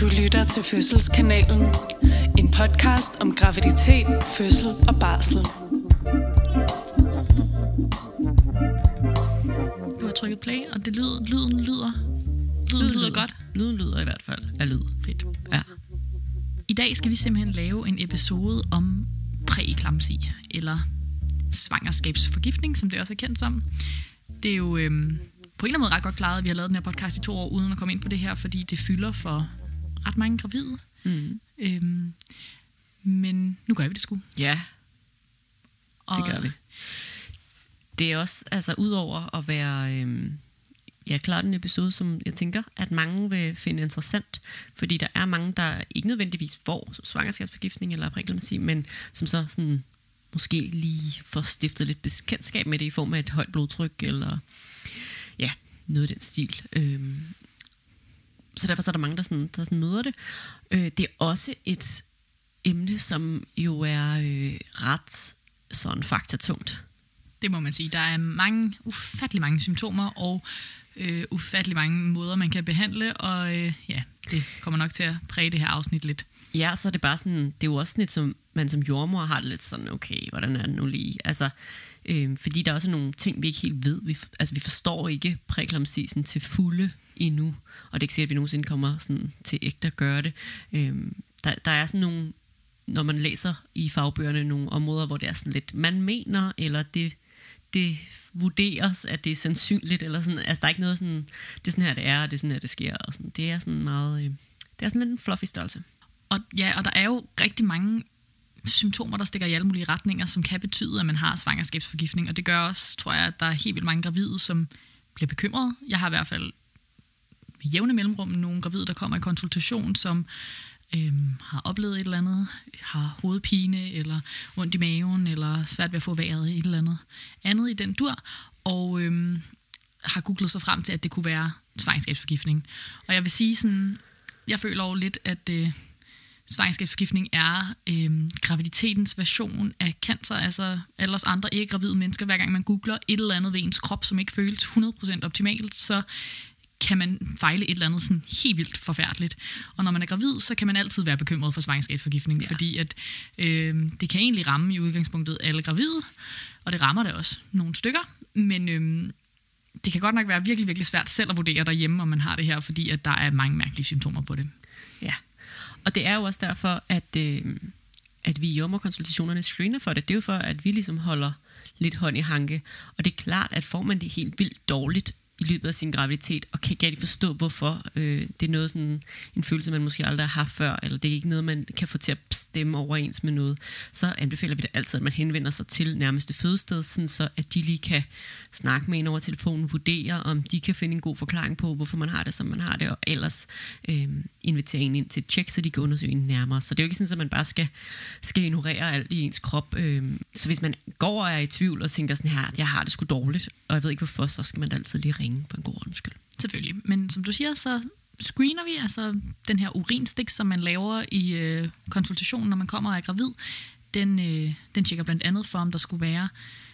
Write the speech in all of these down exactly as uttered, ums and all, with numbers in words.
Du lytter til Fødselskanalen, en podcast om graviditet, fødsel og barsel. Du har trykket play, og det lyder, lyden lyder, lyden lyder, lyder godt. Lyden lyder i hvert fald af lyd. Fedt. Ja. I dag skal vi simpelthen lave en episode om præeklamsi, eller svangerskabsforgiftning, som det også er kendt som. Det er jo øhm, på en eller anden måde ret godt klaret, at vi har lavet den her podcast i to år, uden at komme ind på det her, fordi det fylder for ret mange gravide. Mm. Øhm, men nu gør vi det sgu. Ja, Og det gør vi. Det er også, altså udover at være, øhm, ja, klart en episode, som jeg tænker, at mange vil finde interessant, fordi der er mange, der ikke nødvendigvis får svangerskabsforgiftning eller præeklamsi, men som så sådan måske lige får stiftet lidt bekendtskab med det i form af et højt blodtryk, eller ja, noget af den stil. Øhm, så derfor så er der mange, der, sådan, der sådan møder det. Øh, det er også et emne, som jo er øh, ret sådan faktatungt. Det må man sige. Der er mange, ufattelig mange symptomer, og øh, ufattelig mange måder, man kan behandle, og øh, ja, det kommer nok til at præge det her afsnit lidt. Ja, så er det bare sådan, det er jo også lidt som, man som jordmor har det lidt sådan, okay, hvordan er det nu lige? Altså, øh, fordi der er også nogle ting, vi ikke helt ved. Vi, altså, vi forstår ikke præeklamsi sådan til fulde endnu, og det er ikke sikkert, at vi nogensinde kommer sådan til ægte at gøre det. Øh, der, der er sådan nogle, når man læser i fagbøgerne, nogle områder, hvor det er sådan lidt, man mener, eller det, det vurderes, at det er sandsynligt, eller sådan, altså der er ikke noget sådan, det er sådan her, det er, og det er sådan her, det sker, og sådan, det er sådan meget, øh, det er sådan lidt en fluffy størrelse. Og ja, og der er jo rigtig mange symptomer, der stikker i alle mulige retninger, som kan betyde, at man har svangerskabsforgiftning. Og det gør også, tror jeg, at der er helt vildt mange gravide, som bliver bekymrede. Jeg har i hvert fald med jævne mellemrum nogle gravide, der kommer i konsultation, som øhm, har oplevet et eller andet, har hovedpine, eller ondt i maven, eller svært ved at få vejret i et eller andet andet i den dur, og øhm, har googlet sig frem til, at det kunne være svangerskabsforgiftning. Og jeg vil sige sådan, jeg føler jo lidt, at øh, svangerskabsforgiftning er øh, graviditetens version af cancer, altså alle os andre ikke-gravide mennesker. Hver gang man googler et eller andet ved ens krop, som ikke føles hundrede procent optimalt, så kan man fejle et eller andet sådan helt vildt forfærdeligt. Og når man er gravid, så kan man altid være bekymret for svangerskabsforgiftning, ja. Fordi at, øh, det kan egentlig ramme i udgangspunktet alle gravide, og det rammer det også nogle stykker, men øh, det kan godt nok være virkelig, virkelig svært selv at vurdere derhjemme, om man har det her, fordi at der er mange mærkelige symptomer på det. Ja, og det er jo også derfor, at, øh, at vi i jordmorkonsultationerne screener for det. Det er jo for, at vi ligesom holder lidt hånd i hanke. Og det er klart, at får man det helt vildt dårligt i løbet af sin graviditet, og kan ikke rigtig forstå, hvorfor øh, det er noget sådan, en følelse, man måske aldrig har haft før, eller det er ikke noget, man kan få til at stemme overens med noget, så anbefaler vi det altid, at man henvender sig til nærmeste fødested, sådan så at de lige kan snakke med en over telefonen, vurdere, om de kan finde en god forklaring på, hvorfor man har det, som man har det, og ellers øh, invitere en ind til et tjek, så de kan undersøge en nærmere. Så det er jo ikke sådan, at man bare skal, skal ignorere alt i ens krop. Øh, så hvis man går og er i tvivl og tænker sådan her, jeg har det sgu dårligt, og jeg ved ikke hvorfor, så skal man da altid lige ringe på en god ordens skyld. Selvfølgelig. Men som du siger, så screener vi altså den her urinstik, som man laver i øh, konsultationen, når man kommer og er gravid. Den, øh, den tjekker blandt andet for, om der skulle være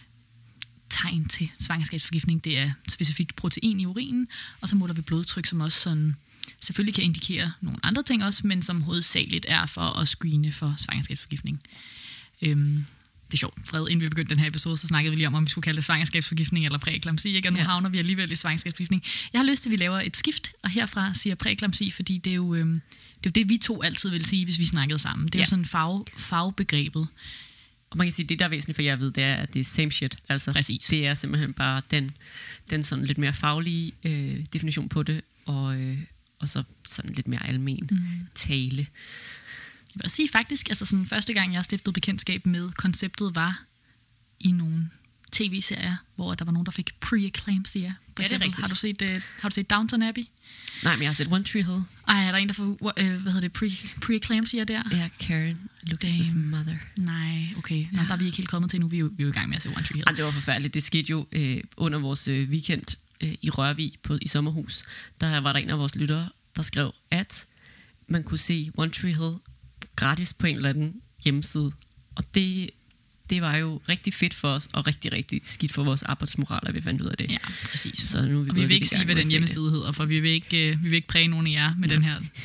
tegn til svangerskabsforgiftning. Det er specifikt protein i urinen, og så måler vi blodtryk, som også sådan, selvfølgelig kan indikere nogle andre ting også, men som hovedsageligt er for at screene for svangerskabsforgiftning. Øhm, Det er sjovt. Fred, inden vi begyndte den her episode, så snakkede vi lige om, om vi skulle kalde det svangerskabsforgiftning eller præeklamsi, ikke? Og nu ja. havner vi alligevel i svangerskabsforgiftning. Jeg har lyst til, at vi laver et skift, og herfra siger præeklamsi, fordi det er, jo, øhm, det er jo det, vi to altid vil sige, hvis vi snakkede sammen. Det er ja. jo sådan fag, fagbegrebet. Og man kan sige, at det, der er væsentligt for jer ved, det er, at det er same shit. Altså, Præcis. Det er simpelthen bare den, den sådan lidt mere faglige øh, definition på det, og, øh, og så sådan lidt mere almen mm. tale. Jeg vil sige faktisk, altså sådan første gang, jeg stiftede bekendtskab med konceptet, var i nogle tv-serier, hvor der var nogen, der fik pre-eclampsia. For ja, det er eksempel, har du set uh, har du set Downton Abbey? Nej, men jeg har set One Tree Hill. Ej, er der en, der får, uh, hvad hedder det, pre, pre-eclampsia der? Ja, Karen, Lucas' mother. Nej, okay. Nå, ja. Der er vi ikke helt kommet til nu. Vi er jo, vi er jo i gang med at se One Tree Hill. Ej, det var forfærdeligt. Det skete jo øh, under vores øh, weekend øh, i Rørvig på, i sommerhus. Der var der en af vores lyttere, der skrev, at man kunne se One Tree Hill gratis på en eller anden hjemmeside. Og det, det var jo rigtig fedt for os, og rigtig, rigtig skidt for vores arbejdsmoral, at vi fandt ud af det. Ja, præcis. Så nu er vi, og vi vil ikke sige, hvad den hjemmeside hedder, for vi vil ikke, øh, vi vil ikke præge nogen af jer med ja. den her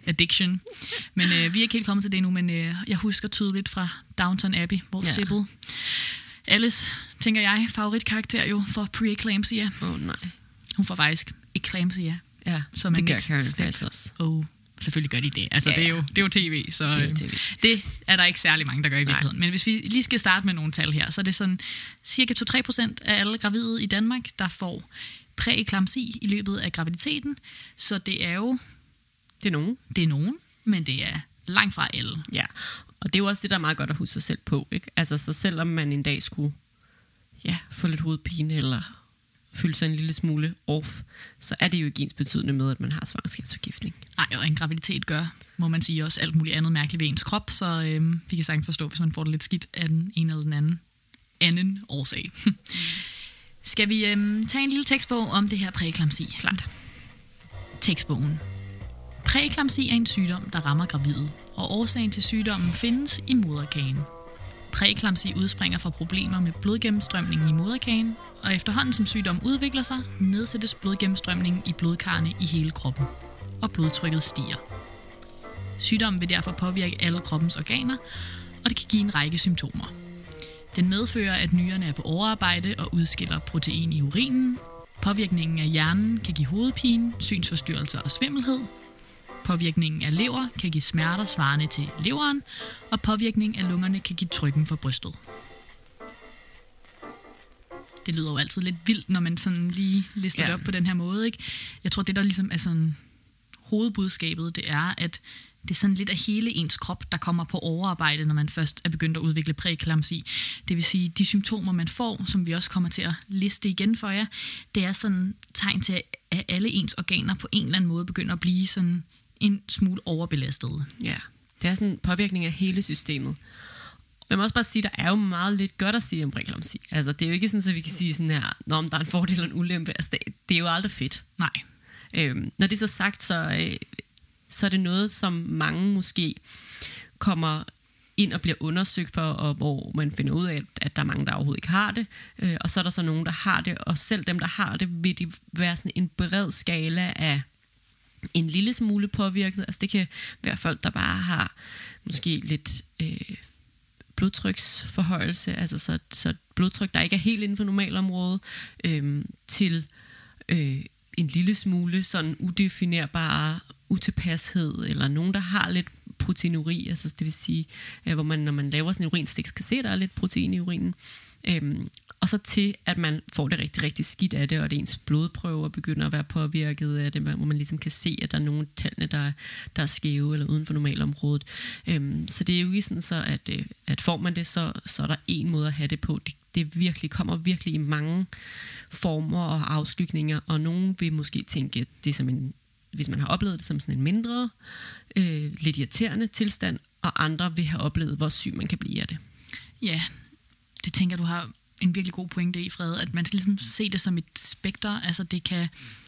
addiction. Men øh, vi er ikke helt kommet til det endnu, men øh, jeg husker tydeligt fra Downton Abbey, hvor ja. Sybil, Alice, tænker jeg, favoritkarakter jo for pre-eclampsia. Åh oh, nej. Hun får faktisk eclampsia. Ja, som det gør Karen Price også. Oh, selvfølgelig gør de det. Altså, ja, det, er jo, det er jo tv, så det er, T V. Det er der ikke særlig mange, der gør i virkeligheden. Men hvis vi lige skal starte med nogle tal her, så er det sådan cirka to til tre procent af alle gravide i Danmark, der får præeklampsi i løbet af graviditeten. Så det er jo... Det er nogen. Det er nogen, men det er langt fra alle. Ja, og det er jo også det, der er meget godt at huske sig selv på, ikke? Altså, så selvom man en dag skulle ja, få lidt hovedpine eller føle sig en lille smule off, så er det jo ikke ens betydende med, at man har svangerskabsforgiftning. Nej, og en graviditet gør, må man sige, også alt muligt andet mærkeligt ved ens krop, så øhm, vi kan sagtens forstå, hvis man får det lidt skidt af den ene eller den anden, anden årsag. Mm. Skal vi øhm, tage en lille tekstbog om det her præeklampsi? Klart. Tekstbogen. Præeklampsi er en sygdom, der rammer gravide, og årsagen til sygdommen findes i moderkagen. Præeklampsi udspringer fra problemer med blodgennemstrømningen i moderkagen, og efterhånden som sygdommen udvikler sig, nedsættes blodgennemstrømningen i blodkarrene i hele kroppen, og blodtrykket stiger. Sygdommen vil derfor påvirke alle kroppens organer, og det kan give en række symptomer. Den medfører, at nyrerne er på overarbejde og udskiller protein i urinen. Påvirkningen af hjernen kan give hovedpine, synsforstyrrelser og svimmelhed. Påvirkningen af lever kan give smerter svarende til leveren, og påvirkningen af lungerne kan give trykken for brystet. Det lyder jo altid lidt vildt, når man sådan lige lister ja. det op på den her måde, ikke? Jeg tror, det der ligesom er sådan hovedbudskabet, det er, at det er sådan lidt af hele ens krop, der kommer på overarbejde, når man først er begyndt at udvikle præeklampsi. Det vil sige, de symptomer, man får, som vi også kommer til at liste igen for jer, det er sådan tegn til, at alle ens organer på en eller anden måde begynder at blive sådan en smule overbelastet. Ja, det er sådan en påvirkning af hele systemet. Jeg må også bare sige, der er jo meget lidt godt at sige om præeklampsi. Altså, det er jo ikke sådan, at vi kan sige sådan her, når der er en fordel og en ulempe. Altså, det, det er jo aldrig fedt. Nej. Øhm, når det er så sagt, så, øh, så er det noget, som mange måske kommer ind og bliver undersøgt for, og hvor man finder ud af, at der er mange, der overhovedet ikke har det. Øh, og så er der så nogen, der har det, og selv dem, der har det, vil de være sådan en bred skala af en lille smule påvirket. Altså, det kan være folk, der bare har måske lidt øh, blodtryksforhøjelse, altså så, så blodtryk, der ikke er helt inden for normalområdet, øh, til øh, en lille smule sådan udefinerbar utilpashed, eller nogen, der har lidt proteinuri, altså det vil sige, øh, hvor man, når man laver sådan en urinstik, kan se, at der er lidt protein i urinen. Øhm, og så til, at man får det rigtig, rigtig skidt af det, og det ens blodprøver begynder at være påvirket af det, hvor man ligesom kan se, at der er nogle tallene, der, der er skæve eller uden for normalområdet. Øhm, så det er jo ikke sådan så, at, at får man det, så, så er der en måde at have det på. Det, det virkelig kommer virkelig i mange former og afskygninger, og nogen vil måske tænke, det er som en, hvis man har oplevet det som sådan en mindre, øh, lidt irriterende tilstand, og andre vil have oplevet, hvor syg man kan blive af det. Ja, det tænker du har en virkelig god pointe i, Frede, at man skal ligesom se det som et spekter. Altså det kan,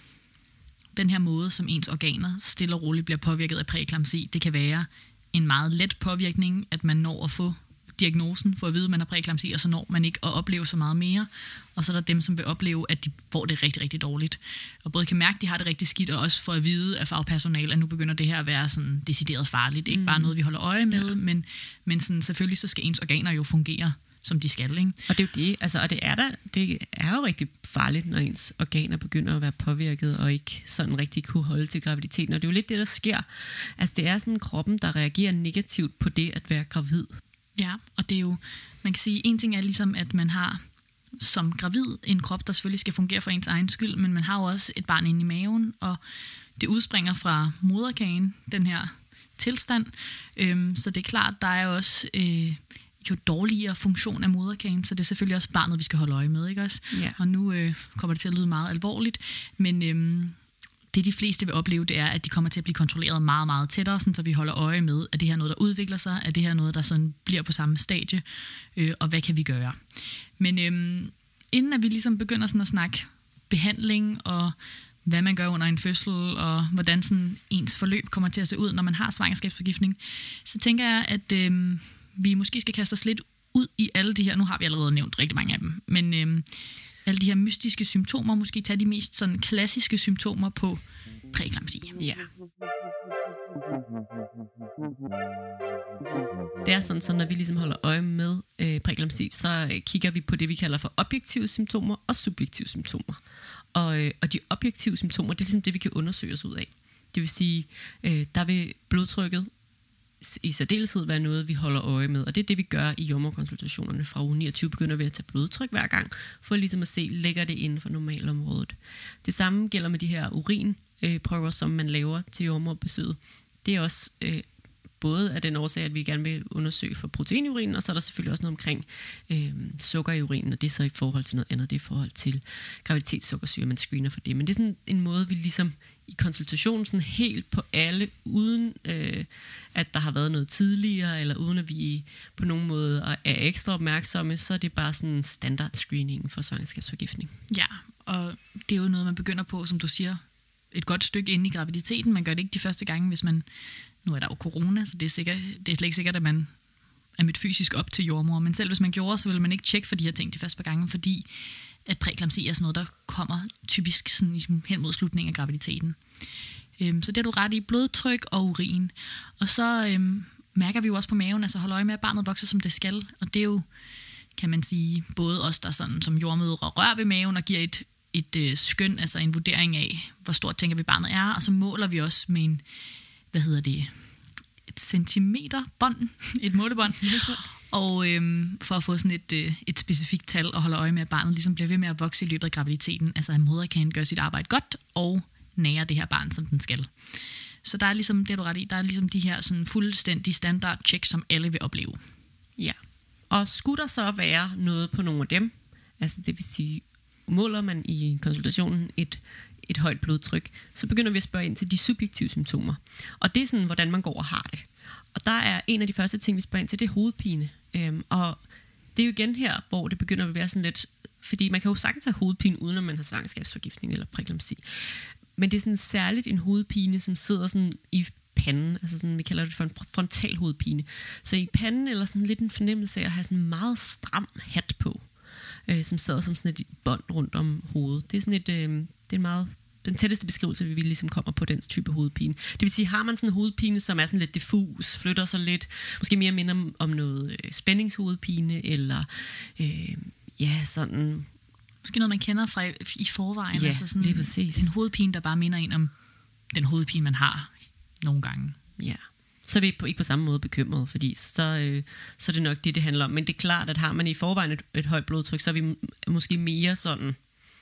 den her måde, som ens organer stille og roligt bliver påvirket af præeklampsi, det kan være en meget let påvirkning, at man når at få diagnosen for at vide, at man har præeklampsi, og så når man ikke at opleve så meget mere. Og så er der dem, som vil opleve, at de får det rigtig, rigtig dårligt. Og både kan mærke, at de har det rigtig skidt, og også for at vide af fagpersonale, at nu begynder det her at være sådan decideret farligt. Det er ikke mm. bare noget, vi holder øje med, ja. men, men sådan, selvfølgelig så skal ens organer jo fungere, som de skal, ikke? Og det er jo det, altså, og det er, der, det er jo rigtig farligt, når ens organer begynder at være påvirket, og ikke sådan rigtig kunne holde til graviditeten. Og det er jo lidt det, der sker. Altså det er sådan kroppen, der reagerer negativt på det at være gravid. Ja, og det er jo, man kan sige, en ting er ligesom, at man har som gravid en krop, der selvfølgelig skal fungere for ens egen skyld, men man har jo også et barn inde i maven, og det udspringer fra moderkagen, den her tilstand. Øhm, så det er klart, der er jo også øh, jo dårligere funktion af moderkagen, så det er selvfølgelig også barnet, vi skal holde øje med, ikke også? Ja. Og nu øh, kommer det til at lyde meget alvorligt, men øh, det de fleste vil opleve, det er, at de kommer til at blive kontrolleret meget, meget tættere, sådan, så vi holder øje med, at det her noget, der udvikler sig, at det her noget, der sådan bliver på samme stadie, øh, og hvad kan vi gøre? Men øh, inden at vi ligesom begynder sådan at snakke behandling, og hvad man gør under en fødsel, og hvordan sådan ens forløb kommer til at se ud, når man har svangerskabsforgiftning, så tænker jeg, at øh, vi måske skal kaste os lidt ud i alle de her, nu har vi allerede nævnt rigtig mange af dem, men øh, alle de her mystiske symptomer, måske tage de mest sådan klassiske symptomer på præeklampsi. Ja. Det er sådan, så når vi ligesom holder øje med øh, præeklampsi, så øh, kigger vi på det, vi kalder for objektive symptomer og subjektive symptomer. Og, øh, og de objektive symptomer, det er ligesom det, vi kan undersøge os ud af. Det vil sige, øh, der vil blodtrykket i særdeleshed være noget, vi holder øje med. Og det er det, vi gør i jordemoderkonsultationerne. Fra uge niogtyve begynder vi at tage blodtryk hver gang, for ligesom at se, ligger det inden for normalområdet. Det samme gælder med de her urinprøver, som man laver til jordemoderbesøget. Det er også øh, både af den årsag, at vi gerne vil undersøge for protein i urinen, og så er der selvfølgelig også noget omkring øh, sukker i urinen, og det er så i forhold til noget andet, det er i forhold til graviditetssukkersyre, man screener for det. Men det er sådan en måde, vi ligesom i konsultationen sådan helt på alle, uden øh, at der har været noget tidligere, eller uden at vi på nogen måde er ekstra opmærksomme, så er det bare sådan standard screening for svangerskabsforgiftning. Ja, og det er jo noget, man begynder på, som du siger, et godt stykke inde i graviditeten. Man gør det ikke de første gange, hvis man... Nu er der jo corona, så det er, sikkert, det er slet ikke sikkert, at man er mødt fysisk op til jordmor. Men selv hvis man gjorde, så vil man ikke tjekke for de her ting de første par gange, fordi at præeklampsi er sådan noget, der kommer typisk sådan hen mod slutningen af graviditeten. Øhm, så det er du ret i, blodtryk og urin. Og så øhm, mærker vi jo også på maven, altså holde øje med, at barnet vokser, som det skal. Og det er jo, kan man sige, både os, der sådan, som jordmødre rører ved maven og giver et, et øh, skøn, altså en vurdering af, hvor stort tænker vi barnet er. Og så måler vi også med en, hvad hedder det, et centimeterbånd, et målebånd, og øhm, for at få sådan et, øh, et specifikt tal og holde øje med, at barnet ligesom bliver ved med at vokse i løbet af graviditeten. Altså at moderkagen gør sit arbejde godt og nærer det her barn, som den skal. Så der er ligesom, det er du ret i, der er ligesom de her sådan fuldstændige standard checks, som alle vil opleve. Ja, og skulle der så være noget på nogle af dem, altså det vil sige, måler man i konsultationen et et højt blodtryk, så begynder vi at spørge ind til de subjektive symptomer. Og det er sådan, hvordan man går og har det. Og der er en af de første ting, vi spørger ind til, det er hovedpine. Øhm, og det er jo igen her, hvor det begynder at være sådan lidt, fordi man kan jo sagtens have hovedpine, uden at man har svangerskabsforgiftning eller præeklampsi. Men det er sådan særligt en hovedpine, som sidder sådan i panden, altså sådan, vi kalder det for en frontal hovedpine. Så i panden, eller sådan lidt en fornemmelse af at have sådan en meget stram hat på, øh, som sidder som sådan et bånd rundt om hovedet. Det er sådan et, øh, det er en meget, den tætteste beskrivelse, vi ligesom kommer på den type hovedpine. Det vil sige, har man sådan en hovedpine, som er sådan lidt diffus, flytter sig lidt, måske mere minder om, om noget øh, spændingshovedpine, eller øh, ja, sådan... Måske noget, man kender fra i forvejen. Ja, altså sådan lige præcis. En hovedpine, der bare minder en om den hovedpine, man har nogle gange. Ja, så er vi på, ikke på samme måde bekymrede, fordi så, øh, så er det nok det, det handler om. Men det er klart, at har man i forvejen et, et højt blodtryk, så er vi måske mere sådan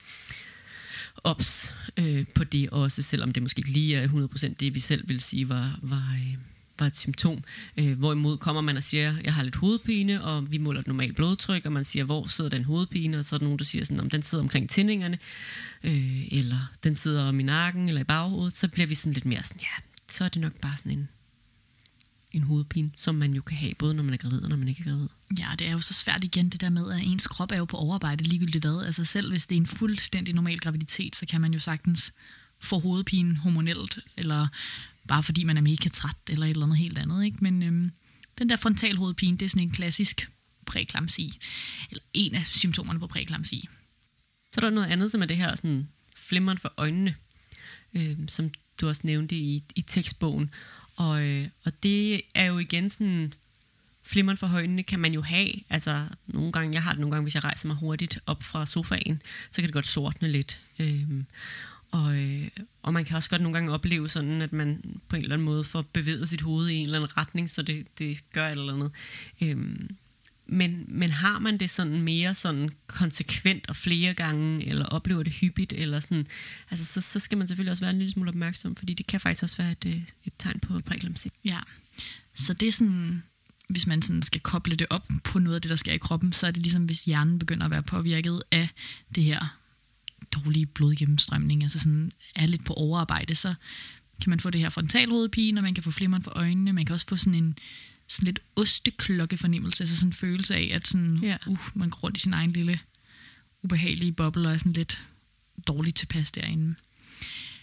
ops øh, på det også, selvom det måske ikke lige er hundrede procent det, vi selv vil sige var, var, øh, var et symptom. Øh, hvorimod kommer man og siger, jeg har lidt hovedpine, og vi måler et normalt blodtryk, og man siger, hvor sidder den hovedpine, og så er der nogen, der siger, sådan, om den sidder omkring tændingerne, øh, eller den sidder om i nakken, eller i baghovedet, så bliver vi sådan lidt mere sådan, ja, så er det nok bare sådan en, en hovedpine, som man jo kan have, både når man er gravid og når man ikke er gravid. Ja, det er jo så svært igen, det der med, at ens krop er jo på overarbejde ligegyldigt hvad. Altså selv hvis det er en fuldstændig normal graviditet, så kan man jo sagtens få hovedpine hormonelt, eller bare fordi man er mega træt, eller et eller andet helt andet. Ikke? Men øhm, den der frontal hovedpine, det er sådan en klassisk præeklampsi, eller en af symptomerne på præeklampsi. Så er der noget andet, som er det her sådan flimmeren for øjnene, øh, som du også nævnte i, i tekstbogen. Og, øh, og det er jo igen sådan, flimmeren for øjnene kan man jo have. Altså nogle gange, jeg har det nogle gange, hvis jeg rejser mig hurtigt op fra sofaen, så kan det godt sortne lidt. Øh, og, øh, og man kan også godt nogle gange opleve sådan, at man på en eller anden måde får bevæget sit hoved i en eller anden retning, så det, det gør et eller andet. Øh, Men, men har man det sådan mere sådan konsekvent og flere gange, eller oplever det hyppigt, eller sådan, altså så, så skal man selvfølgelig også være en lille smule opmærksom, fordi det kan faktisk også være et, et tegn på præeklampsi. Ja, så det er sådan, hvis man sådan skal koble det op på noget af det, der sker i kroppen, så er det ligesom, hvis hjernen begynder at være påvirket af det her dårlige blodgennemstrømning, altså sådan er lidt på overarbejde, så kan man få det her frontalhovedpine, og man kan få flimmeren for øjnene, man kan også få sådan en sådan lidt osteklokkefornemmelse, altså sådan en følelse af, at sådan, ja. uh, man går rundt i sin egen lille ubehagelige boble, og er sådan lidt dårligt tilpas derinde.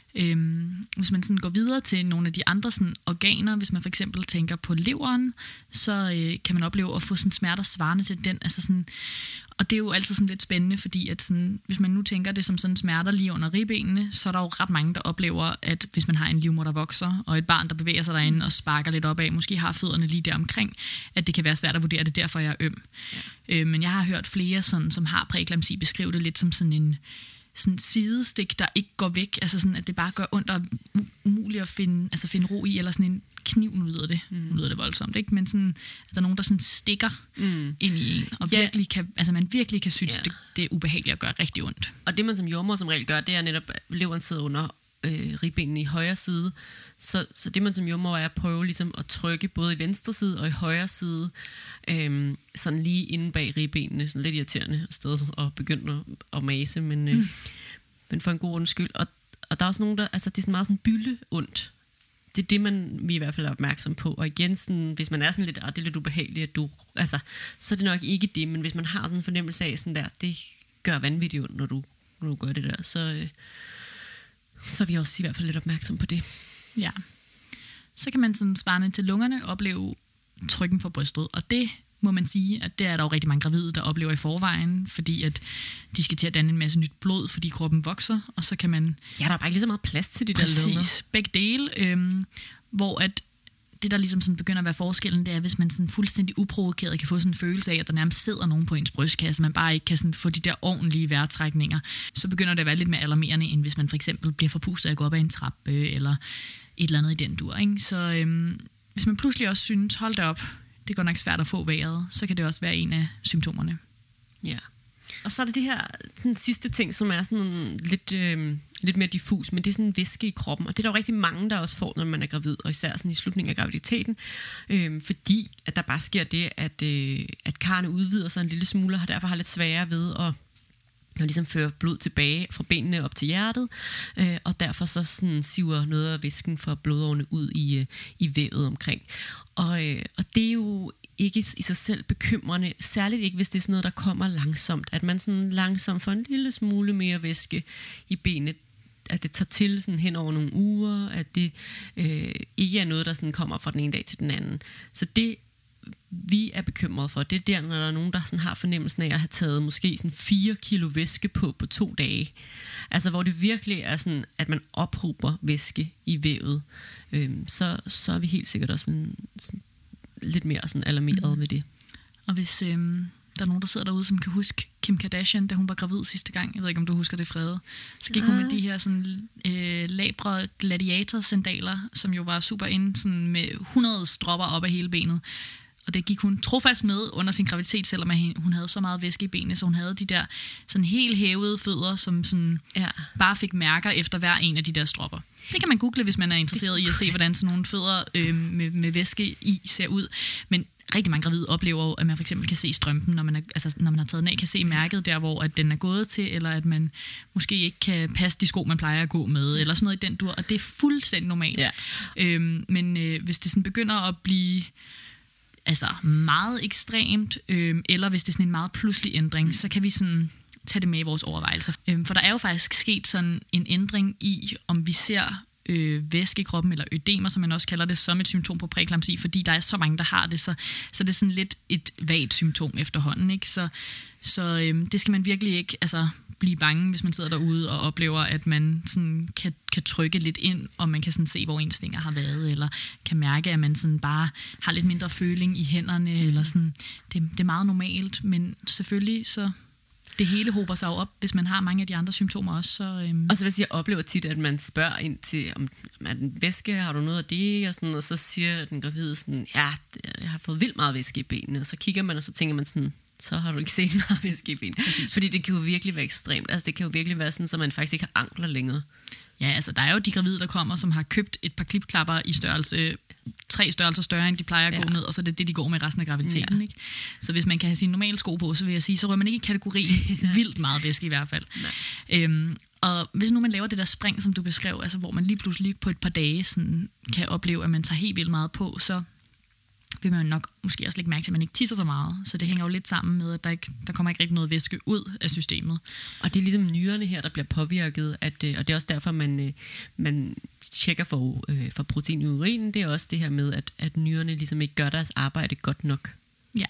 Øhm, hvis man sådan går videre til nogle af de andre sådan, organer, hvis man for eksempel tænker på leveren, så øh, kan man opleve at få sådan, smerter svarende til den. Altså sådan, og det er jo altid sådan lidt spændende, fordi at sådan, hvis man nu tænker det som sådan smerter lige under ribbenene, så er der jo ret mange, der oplever, at hvis man har en livmoder, der vokser, og et barn, der bevæger sig derinde og sparker lidt opad, måske har fødderne lige der omkring, at det kan være svært at vurdere det, derfor jeg er øm. Ja. Øh, men jeg har hørt flere, sådan, som har præeklampsi, beskrive det lidt som sådan en sådan sidestik, der ikke går væk, altså sådan, at det bare gør ondt og umuligt at finde, altså finde ro i, eller sådan en kniv, nu lyder det, mm. nu lyder det voldsomt, ikke? Men sådan, at der er nogen, der sådan stikker mm. ind i en, og ja. virkelig kan, altså man virkelig kan synes, ja. det, det er ubehageligt at gøre rigtig ondt. Og det man som jordemoder som regel gør, det er netop, at leveren sidder under øh, ribbenene i højre side, så, så det man som jordemoder er at prøve ligesom at trykke både i venstre side og i højre side, øh, sådan lige inde bag ribbenene, sådan lidt irriterende sted at begynde at, at mase, men, øh, mm. men for en god undskyld. Og, og der er også nogen, der, altså det er sådan meget sådan bylleondt. Det er det, man vi i hvert fald er opmærksom på. Og igen, sådan, hvis man er sådan lidt, ah, det er lidt ubehageligt, at du, altså, så er det nok ikke det, men hvis man har sådan en fornemmelse af, sådan der, det gør vanvittigt ondt, når du, når du gør det der, så, øh, så er vi også i hvert fald lidt opmærksom på det. Ja. Så kan man sådan svarende til lungerne opleve trykken for brystet, og det må man sige, at det er der jo rigtig mange gravide, der oplever i forvejen, fordi at de skal til at danne en masse nyt blod, fordi kroppen vokser, og så kan man... Ja, der er bare ikke lige så meget plads til de der lunger. Præcis, begge dele, øhm, hvor at det, der ligesom sådan begynder at være forskellen, det er, hvis man sådan fuldstændig uprovokeret kan få sådan en følelse af, at der nærmest sidder nogen på ens brystkasse, man bare ikke kan sådan få de der ordentlige vejrtrækninger, så begynder det at være lidt mere alarmerende, end hvis man for eksempel bliver forpustet af at gå op ad en trappe, eller et eller andet i den dur, ikke? Så øhm, hvis man pludselig også synes, hold da op, det går nok svært at få vejret, så kan det også være en af symptomerne. Ja. Og så er det det her sådan, sidste ting, som er sådan lidt, øh, lidt mere diffus, men det er sådan en væske i kroppen, og det er der jo rigtig mange, der også får, når man er gravid, og især sådan i slutningen af graviditeten, øh, fordi at der bare sker det, at, øh, at karrene udvider sig en lille smule, og derfor har lidt sværere ved at og ligesom fører blod tilbage fra benene op til hjertet, øh, og derfor så sådan siver noget af væsken fra blodårene ud i, øh, i vævet omkring. Og, øh, og det er jo ikke i sig selv bekymrende, særligt ikke, hvis det er sådan noget, der kommer langsomt, at man sådan langsomt får en lille smule mere væske i benet, at det tager til sådan hen over nogle uger, at det øh, ikke er noget, der sådan kommer fra den ene dag til den anden. Så det vi er bekymrede for, det er der, når der er nogen, der sådan har fornemmelsen af at have taget måske sådan fire kilo væske på på to dage. Altså hvor det virkelig er sådan, at man ophober væske i vævet, øhm, så, så er vi helt sikkert også sådan, sådan lidt mere sådan alarmeret mm. ved det. Og hvis øhm, der er nogen, der sidder derude, som kan huske Kim Kardashian, da hun var gravid sidste gang, jeg ved ikke, om du husker det, Frede, så gik ah. hun med de her sådan, øh, labre gladiator-sandaler, som jo var super inde, sådan med hundrede stropper op af hele benet. Og det gik hun trofast med under sin graviditet, selvom hun havde så meget væske i benene, så hun havde de der sådan helt hævede fødder, som sådan ja. bare fik mærker efter hver en af de der stropper. Det kan man google, hvis man er interesseret i at se, hvordan sådan nogle fødder øh, med, med væske i ser ud. Men rigtig mange gravide oplever jo, at man for eksempel kan se strømpen, når man, er, altså, når man har taget den af, kan se mærket der, hvor at den er gået til, eller at man måske ikke kan passe de sko, man plejer at gå med, eller sådan noget i den dur, og det er fuldstændig normalt. Ja. Øhm, men øh, hvis det sådan begynder at blive altså meget ekstremt, øh, eller hvis det er sådan en meget pludselig ændring, mm. så kan vi sådan tage det med i vores overvejelser. Øh, for der er jo faktisk sket sådan en ændring i, om vi ser øh, væske i kroppen, eller ødemer, som man også kalder det, som et symptom på præeklampsi, fordi der er så mange, der har det, så, så det er sådan lidt et vagt symptom efterhånden, ikke? Så, så øh, det skal man virkelig ikke altså, blive bange, hvis man sidder derude og oplever, at man sådan kan, kan trykke lidt ind, og man kan sådan se, hvor ens fingre har været, eller kan mærke, at man sådan bare har lidt mindre føling i hænderne, mm. eller sådan. Det, det er meget normalt, men selvfølgelig så det hele hober sig jo op, hvis man har mange af de andre symptomer også. Så, øhm. Og så vil jeg sige, jeg oplever tit, at man spørger ind til, om er den væske, har du noget af det, og, sådan, og så siger den gravide sådan, ja, jeg har fået vildt meget væske i benene, og så kigger man, og så tænker man sådan, så har du ikke set meget væske i benene. Fordi det kan jo virkelig være ekstremt. Altså det kan jo virkelig være sådan, så man faktisk ikke har ankler længere. Ja, altså der er jo de gravide, der kommer, som har købt et par klipklapper i størrelse, tre størrelser større, end de plejer at gå ja. med, og så er det det, de går med resten af graviditeten. Ja. Ikke? Så hvis man kan have sine normale sko på, så vil jeg sige, så rører man ikke i kategorien vildt meget væske i hvert fald. Øhm, og hvis nu man laver det der spring, som du beskrev, altså hvor man lige pludselig på et par dage sådan, kan opleve, at man tager helt vildt meget på, så vil man nok måske også lægge mærke til, at man ikke tisser så meget. Så det hænger jo lidt sammen med, at der, ikke, der kommer ikke rigtig noget væske ud af systemet. Og det er ligesom nyrerne her, der bliver påvirket, at, og det er også derfor, man, man tjekker for, for protein i urinen. Det er også det her med, at, at nyrerne ligesom ikke gør deres arbejde godt nok. Ja.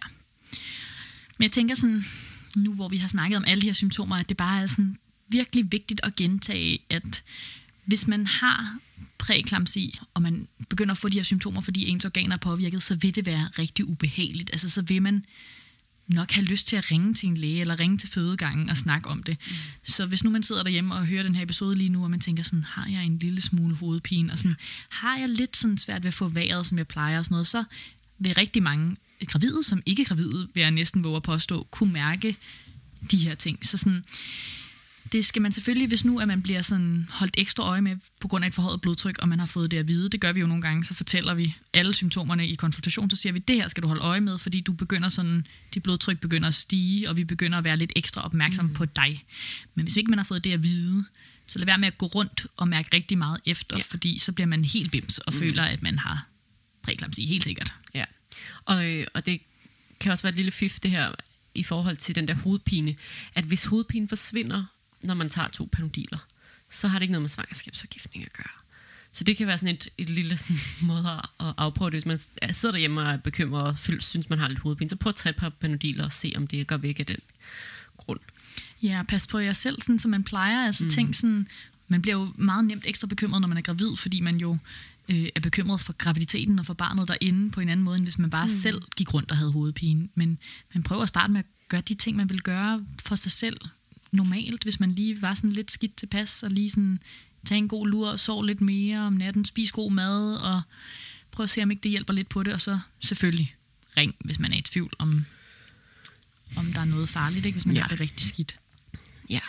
Men jeg tænker sådan, nu hvor vi har snakket om alle de her symptomer, at det bare er sådan virkelig vigtigt at gentage, at hvis man har præeklampsi, og man begynder at få de her symptomer, fordi ens organer er påvirket, så vil det være rigtig ubehageligt. Altså så vil man nok have lyst til at ringe til en læge, eller ringe til fødegangen og snakke om det. Mm. Så hvis nu man sidder derhjemme og hører den her episode lige nu, og man tænker sådan, har jeg en lille smule hovedpine, og sådan, har jeg lidt sådan svært ved at få vejret, som jeg plejer og sådan noget, så vil rigtig mange gravide, som ikke gravide, vil jeg næsten våge at påstå, kunne mærke de her ting. Så sådan, det skal man selvfølgelig, hvis nu at man bliver sådan holdt ekstra øje med på grund af et forhøjet blodtryk, og man har fået det at vide. Det gør vi jo nogle gange, så fortæller vi alle symptomerne i konsultation, så siger vi, det her skal du holde øje med, fordi du begynder sådan, dit blodtryk begynder at stige, og vi begynder at være lidt ekstra opmærksom mm. på dig. Men hvis ikke man har fået det at vide, så lad være med at gå rundt og mærke rigtig meget efter, ja. Fordi så bliver man helt bims og mm. føler, at man har præeklampsi, helt sikkert. Ja, og, og det kan også være et lille fif det her i forhold til den der hovedpine, at hvis hovedpinen forsvinder, når man tager to Panodiler, så har det ikke noget med svangerskabsforgiftning at gøre. Så det kan være sådan et, et lille sådan måde at afprøve det. Hvis man sidder derhjemme og er bekymret og synes, man har lidt hovedpine, så prøv at tage et par Panodiler og se, om det går væk af den grund. Ja, pas på jer selv, sådan, som man plejer. Altså, mm. tænk sådan, man bliver jo meget nemt ekstra bekymret, når man er gravid, fordi man jo øh, er bekymret for graviditeten og for barnet derinde på en anden måde, end hvis man bare mm. selv gik rundt og havde hovedpine. Men man prøver at starte med at gøre de ting, man vil gøre for sig selv normalt, hvis man lige var sådan lidt skidt tilpas, og lige sådan tage en god lur og sove lidt mere om natten, spise god mad, og prøve at se, om ikke det hjælper lidt på det, og så selvfølgelig ring, hvis man er i tvivl om, om der er noget farligt, ikke? Hvis man ja. har det rigtig skidt. Ja.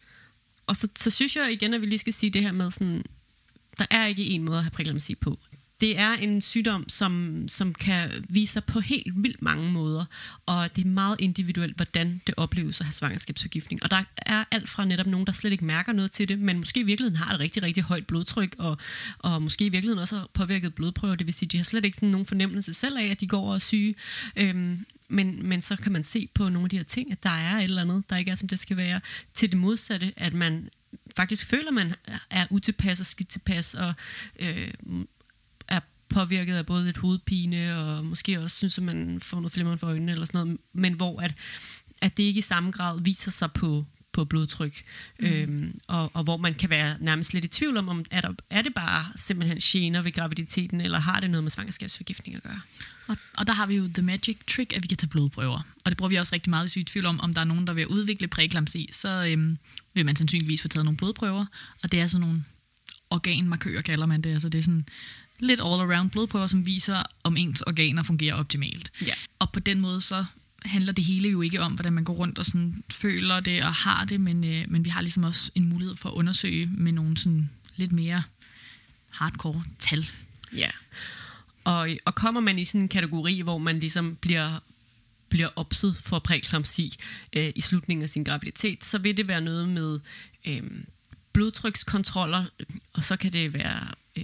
Og så, så synes jeg igen, at vi lige skal sige det her med sådan, der er ikke en måde at have præeklampsi på. Det er en sygdom, som, som kan vise sig på helt vildt mange måder, og det er meget individuelt, hvordan det opleves at have svangerskabsforgiftning. Og der er alt fra netop nogen, der slet ikke mærker noget til det, men måske i virkeligheden har et rigtig, rigtig højt blodtryk, og, og måske i virkeligheden også har påvirket blodprøver. Det vil sige, at de har slet ikke sådan nogen fornemmelse selv af, at de går og er syge. Øhm, men, men så kan man se på nogle af de her ting, at der er et eller andet, der ikke er, som det skal være, til det modsatte, at man faktisk føler, at man er utilpas og skidt tilpas, og øh, er påvirket af både lidt hovedpine, og måske også synes, at man får noget flimmer for øjnene, eller sådan noget, men hvor at, at det ikke i samme grad viser sig på, på blodtryk, mm. øhm, og, og hvor man kan være nærmest lidt i tvivl om, om er, der, er det bare simpelthen gener ved graviditeten, eller har det noget med svangerskabsforgiftning at gøre? Og, og der har vi jo the magic trick, at vi kan tage blodprøver. Og det bruger vi også rigtig meget, hvis vi er i tvivl om, om der er nogen, der vil udvikle præeklampsi, så øhm, vil man sandsynligvis få taget nogle blodprøver, og det er sådan nogle organmarkører, kalder man det. Altså det er sådan lidt all-around blodprøver, som viser, om ens organer fungerer optimalt. Ja. Og på den måde så handler det hele jo ikke om, hvordan man går rundt og sådan føler det og har det, men, øh, men vi har ligesom også en mulighed for at undersøge med nogle sådan lidt mere hardcore tal. Ja, og, og kommer man i sådan en kategori, hvor man ligesom bliver, bliver opset for præeklampsi øh, i slutningen af sin graviditet, så vil det være noget med øh, blodtrykskontroller, og så kan det være øh,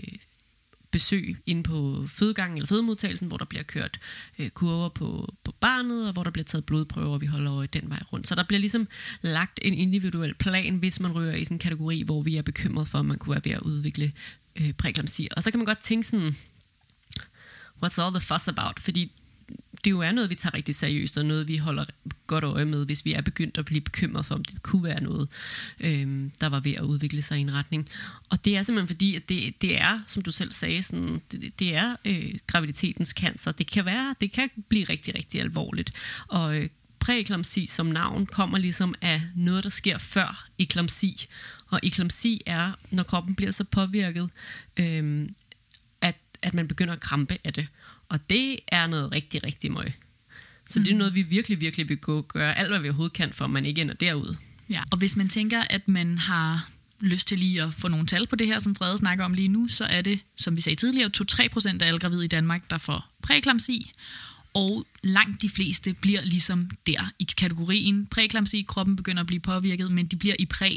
besøg inde på fødegangen eller fødemodtagelsen, hvor der bliver kørt øh, kurver på, på barnet, og hvor der bliver taget blodprøver, og vi holder øje den vej rundt. Så der bliver ligesom lagt en individuel plan, hvis man rører i sådan en kategori, hvor vi er bekymret for, at man kunne være ved at udvikle øh, præeklampsi. Og så kan man godt tænke sådan, what's all the fuss about? Fordi det jo er noget, vi tager rigtig seriøst, og noget, vi holder godt øje med, hvis vi er begyndt at blive bekymret for, om det kunne være noget, øhm, der var ved at udvikle sig i en retning. Og det er simpelthen fordi, at det, det er, som du selv sagde, sådan, det, det er øh, graviditetens cancer. Det kan være, det kan blive rigtig, rigtig alvorligt. Og øh, præeklampsi som navn kommer ligesom af noget, der sker før eklampsi. Og eklampsi er, når kroppen bliver så påvirket, øh, at, at man begynder at krampe af det. Og det er noget rigtig, rigtig møg. Så mm. det er noget, vi virkelig, virkelig vil gå, gøre alt, hvad vi overhovedet kan, for at man ikke ender derude. Ja, og hvis man tænker, at man har lyst til lige at få nogle tal på det her, som Frede snakker om lige nu, så er det, som vi sagde tidligere, to til tre procent af alle gravide i Danmark, der får præeklampsi. Og langt de fleste bliver ligesom der i kategorien præeklampsi. Kroppen begynder at blive påvirket, men de bliver i præ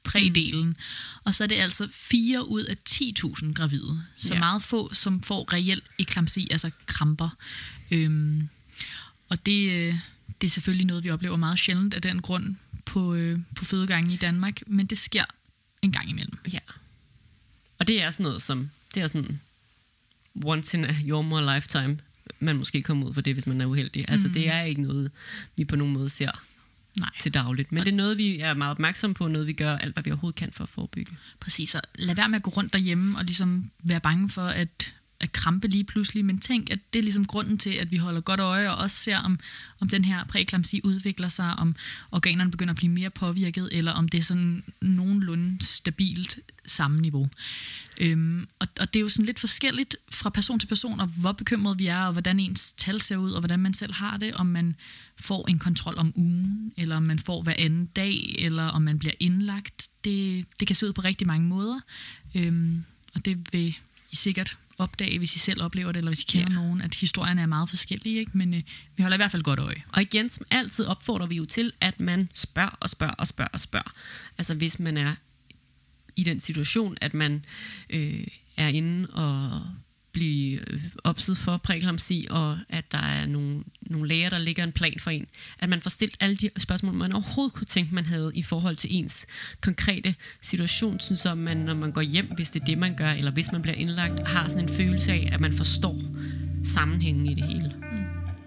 prædelen. Mm. Og så er det altså fire ud af ti tusind gravide. Så ja. meget få, som får reelt eklampsi, altså kramper. Øhm, og det, det er selvfølgelig noget, vi oplever meget sjældent af den grund på, øh, på fødegangen i Danmark. Men det sker en gang imellem. Ja. Og det er sådan noget som, det er sådan once in a your more lifetime, man måske kommer ud for det, hvis man er uheldig. Altså mm. det er ikke noget, vi på nogen måde ser Nej. til dagligt. Men og det er noget, vi er meget opmærksomme på, noget vi gør alt, hvad vi overhovedet kan for at forebygge. Præcis, og lad være med at gå rundt derhjemme og ligesom være bange for at, at krampe lige pludselig, men tænk, at det er ligesom grunden til, at vi holder godt øje og også ser, om, om den her præeklampsi udvikler sig, om organerne begynder at blive mere påvirket, eller om det er sådan nogenlunde stabilt samme niveau. Øhm, og, og det er jo sådan lidt forskelligt fra person til person, og hvor bekymret vi er, og hvordan ens tal ser ud, og hvordan man selv har det, om man får en kontrol om ugen, eller om man får hver anden dag, eller om man bliver indlagt. Det, det kan se ud på rigtig mange måder, øhm, og det vil I sikkert opdage, hvis I selv oplever det, eller hvis I kender ja. nogen, at historierne er meget forskellige, ikke? Men øh, vi holder i hvert fald godt øje. Og igen, som altid opfordrer vi jo til, at man spørger og spørger og spørger og spørger. Altså hvis man er i den situation, at man øh, er inde og blive opsiddet for præeklampsi, og at der er nogle, nogle læger, der ligger en plan for en. At man får stillet alle de spørgsmål, man overhovedet kunne tænke, man havde i forhold til ens konkrete situation, sådan som man, når man går hjem, hvis det er det, man gør, eller hvis man bliver indlagt, har sådan en følelse af, at man forstår sammenhængen i det hele. Mm.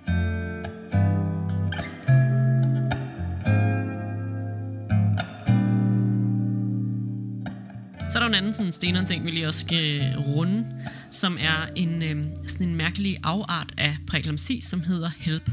Så er der en anden sådan stenere ting, vi lige også skal runde, som er en, øh, sådan en mærkelig afart af præeklampsi, som hedder HELP.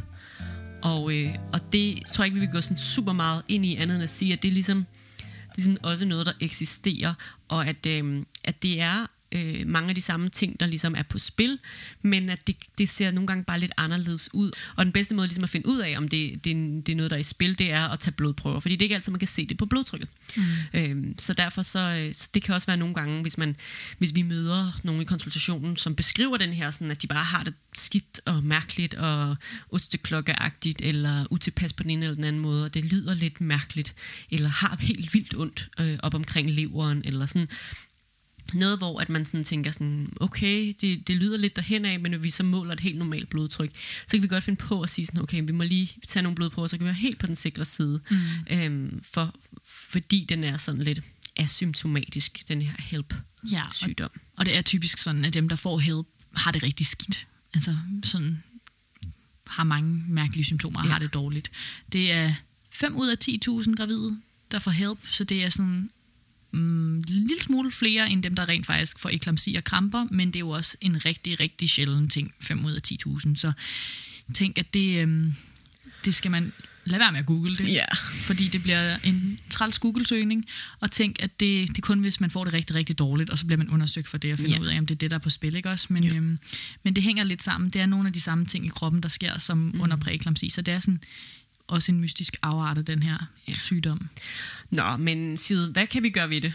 Og, øh, og det tror jeg ikke, vi vil gå sådan super meget ind i, andet end at sige, at det er ligesom, det er ligesom også noget, der eksisterer, og at, øh, at det er øh, mange af de samme ting, der ligesom er på spil, men at det, det ser nogle gange bare lidt anderledes ud. Og den bedste måde ligesom at finde ud af, om det, det, det er noget, der er i spil, det er at tage blodprøver, fordi det er ikke altid, man kan se det på blodtrykket. Mm. Øhm, så derfor så, så det kan også være nogle gange, hvis, man, hvis vi møder nogen i konsultationen, som beskriver den her, sådan at de bare har det skidt og mærkeligt og osteklokkeagtigt, eller utilpas på den ene eller den anden måde, og det lyder lidt mærkeligt, eller har helt vildt ondt øh, op omkring leveren, eller sådan noget, hvor at man sådan tænker sådan, okay, det, det lyder lidt derhen af, men når vi så måler et helt normalt blodtryk, så kan vi godt finde på at sige sådan, okay, vi må lige tage nogle blodprøver, så kan vi være helt på den sikre side, mm. øhm, for, fordi den er sådan lidt asymptomatisk, den her HELP-sygdom. Ja, og, og det er typisk sådan, at dem, der får HELP, har det rigtig skidt. Altså sådan, har mange mærkelige symptomer og ja. har det dårligt. Det er fem ud af ti tusind gravide, der får HELP, så det er sådan en mm, lille smule flere end dem, der rent faktisk får eklampsi og kramper, men det er jo også en rigtig, rigtig sjælden ting, fem ud af ti tusind. Så tænk, at det, øhm, det skal man lade være med at google det, yeah. fordi det bliver en træls Google-søgning, og tænk, at det, det er kun, hvis man får det rigtig, rigtig dårligt, og så bliver man undersøgt for det, og finde yeah. ud af, om det er det, der er på spil, ikke også? Men, yeah. øhm, men det hænger lidt sammen. Det er nogle af de samme ting i kroppen, der sker som mm. under præeklampsi, så det er sådan også en mystisk afart af den her yeah. sygdom. Nå, men Side, hvad kan vi gøre ved det?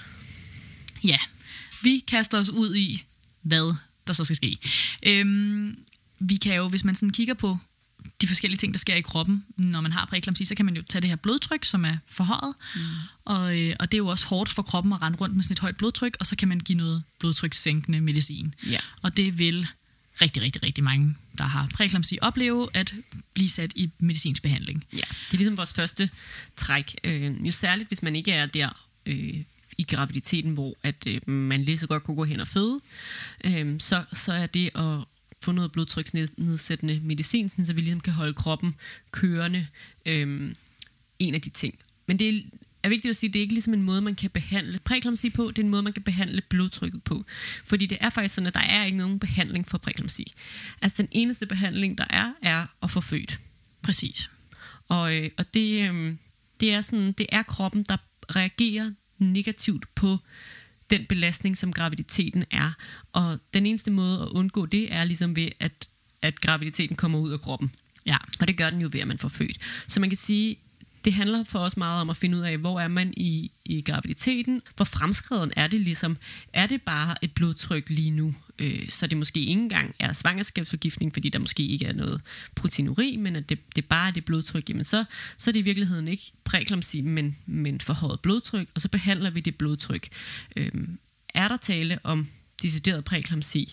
Ja, vi kaster os ud i, hvad der så skal ske. Øhm, vi kan jo, hvis man sådan kigger på de forskellige ting, der sker i kroppen, når man har præeklampsi, så kan man jo tage det her blodtryk, som er forhøjet, mm. og, øh, og det er jo også hårdt for kroppen at rende rundt med sådan et højt blodtryk, og så kan man give noget blodtrykssænkende medicin. Yeah. Og det vil rigtig, rigtig, rigtig mange, der har præeklampsi, opleve at blive sat i medicinsk behandling. Ja, det er ligesom vores første træk. Øh, jo særligt, hvis man ikke er der øh, i graviditeten, hvor at, øh, man lige så godt kunne gå hen og føde, øh, så, så er det at få noget blodtryksnedsættende medicin, så vi ligesom kan holde kroppen kørende, øh, en af de ting. Men det er er vigtigt at sige, at det er ikke ligesom en måde, man kan behandle præeklampsi på, det er en måde, man kan behandle blodtrykket på. Fordi det er faktisk sådan, at der er ikke nogen behandling for præeklampsi. Altså den eneste behandling, der er, er at få født. Præcis. Og, øh, og det, øh, det, er sådan, det er kroppen, der reagerer negativt på den belastning, som graviditeten er. Og den eneste måde at undgå det, er ligesom ved, at, at graviditeten kommer ud af kroppen. Ja. Og det gør den jo ved, at man får født. Så man kan sige, det handler for os meget om at finde ud af, hvor er man i, i graviditeten, hvor fremskreden er det ligesom. Er det bare et blodtryk lige nu, øh, så det måske ikke engang er svangerskabsforgiftning, fordi der måske ikke er noget proteinuri, men at det, det bare er det blodtryk, jamen så, så er det i virkeligheden ikke præeklampsi, men, men forhøjet blodtryk, og så behandler vi det blodtryk. Øh, er der tale om decideret præeklampsi,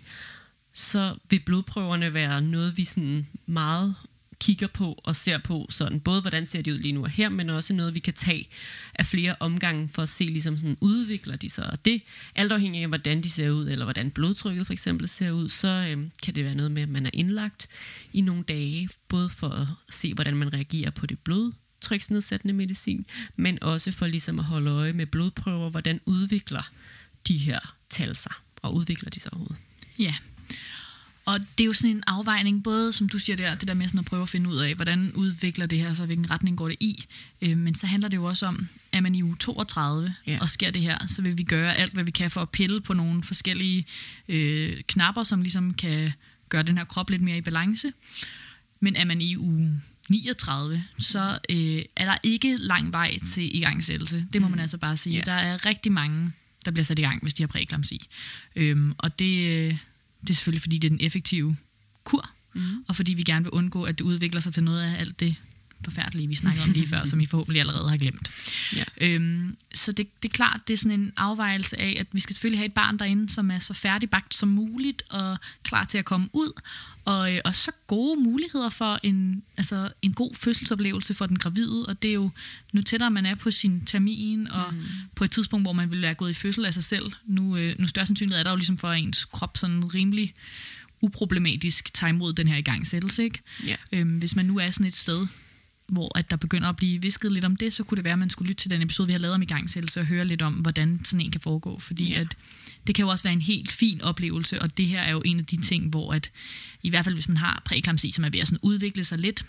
så vil blodprøverne være noget, vi sådan meget kigger på og ser på sådan, både hvordan ser de ud lige nu og her, men også noget, vi kan tage af flere omgange for at se, ligesom sådan, udvikler de sig. Og det, alt afhængig af, hvordan de ser ud, eller hvordan blodtrykket for eksempel ser ud, så øhm, kan det være noget med, at man er indlagt i nogle dage, både for at se, hvordan man reagerer på det blodtryksnedsættende medicin, men også for ligesom at holde øje med blodprøver, hvordan udvikler de her tal sig, og udvikler de sig overhovedet. Ja. Og det er jo sådan en afvejning, både som du siger der, det der med sådan at prøve at finde ud af, hvordan udvikler det her, så hvilken retning går det i. Øh, men så handler det jo også om, at man i uge toogtredive, ja. og sker det her, så vil vi gøre alt, hvad vi kan for at pille på nogle forskellige øh, knapper, som ligesom kan gøre den her krop lidt mere i balance. Men er man i uge niogtredive, så øh, er der ikke lang vej til igangsættelse. Det må man altså bare sige. Ja. Der er rigtig mange, der bliver sat i gang, hvis de har præeklampsi. Øhm, og det... Det er selvfølgelig, fordi det er den effektive kur, mm. og fordi vi gerne vil undgå, at det udvikler sig til noget af alt det forfærdelige, vi snakkede om lige før, som I forhåbentlig allerede har glemt. Ja. Øhm, så det, det er klart, det er sådan en afvejelse af, at vi skal selvfølgelig have et barn derinde, som er så færdigbagt som muligt, og klar til at komme ud, og, og så gode muligheder for en, altså en god fødselsoplevelse for den gravide, og det er jo, nu tættere man er på sin termin, og mm. på et tidspunkt, hvor man vil være gået i fødsel af sig selv, nu, øh, nu større sandsynlighed er der jo ligesom for ens krop sådan rimelig uproblematisk tage imod den her igangsættelse, ikke? Yeah. Øhm, hvis man nu er sådan et sted, hvor at der begynder at blive visket lidt om det, så kunne det være, at man skulle lytte til den episode, vi har lavet om igangsættelse, og høre lidt om, hvordan sådan en kan foregå. Fordi yeah. at det kan jo også være en helt fin oplevelse, og det her er jo en af de ting, hvor at, i hvert fald hvis man har præeklampsi, som er ved at sådan udvikle sig lidt,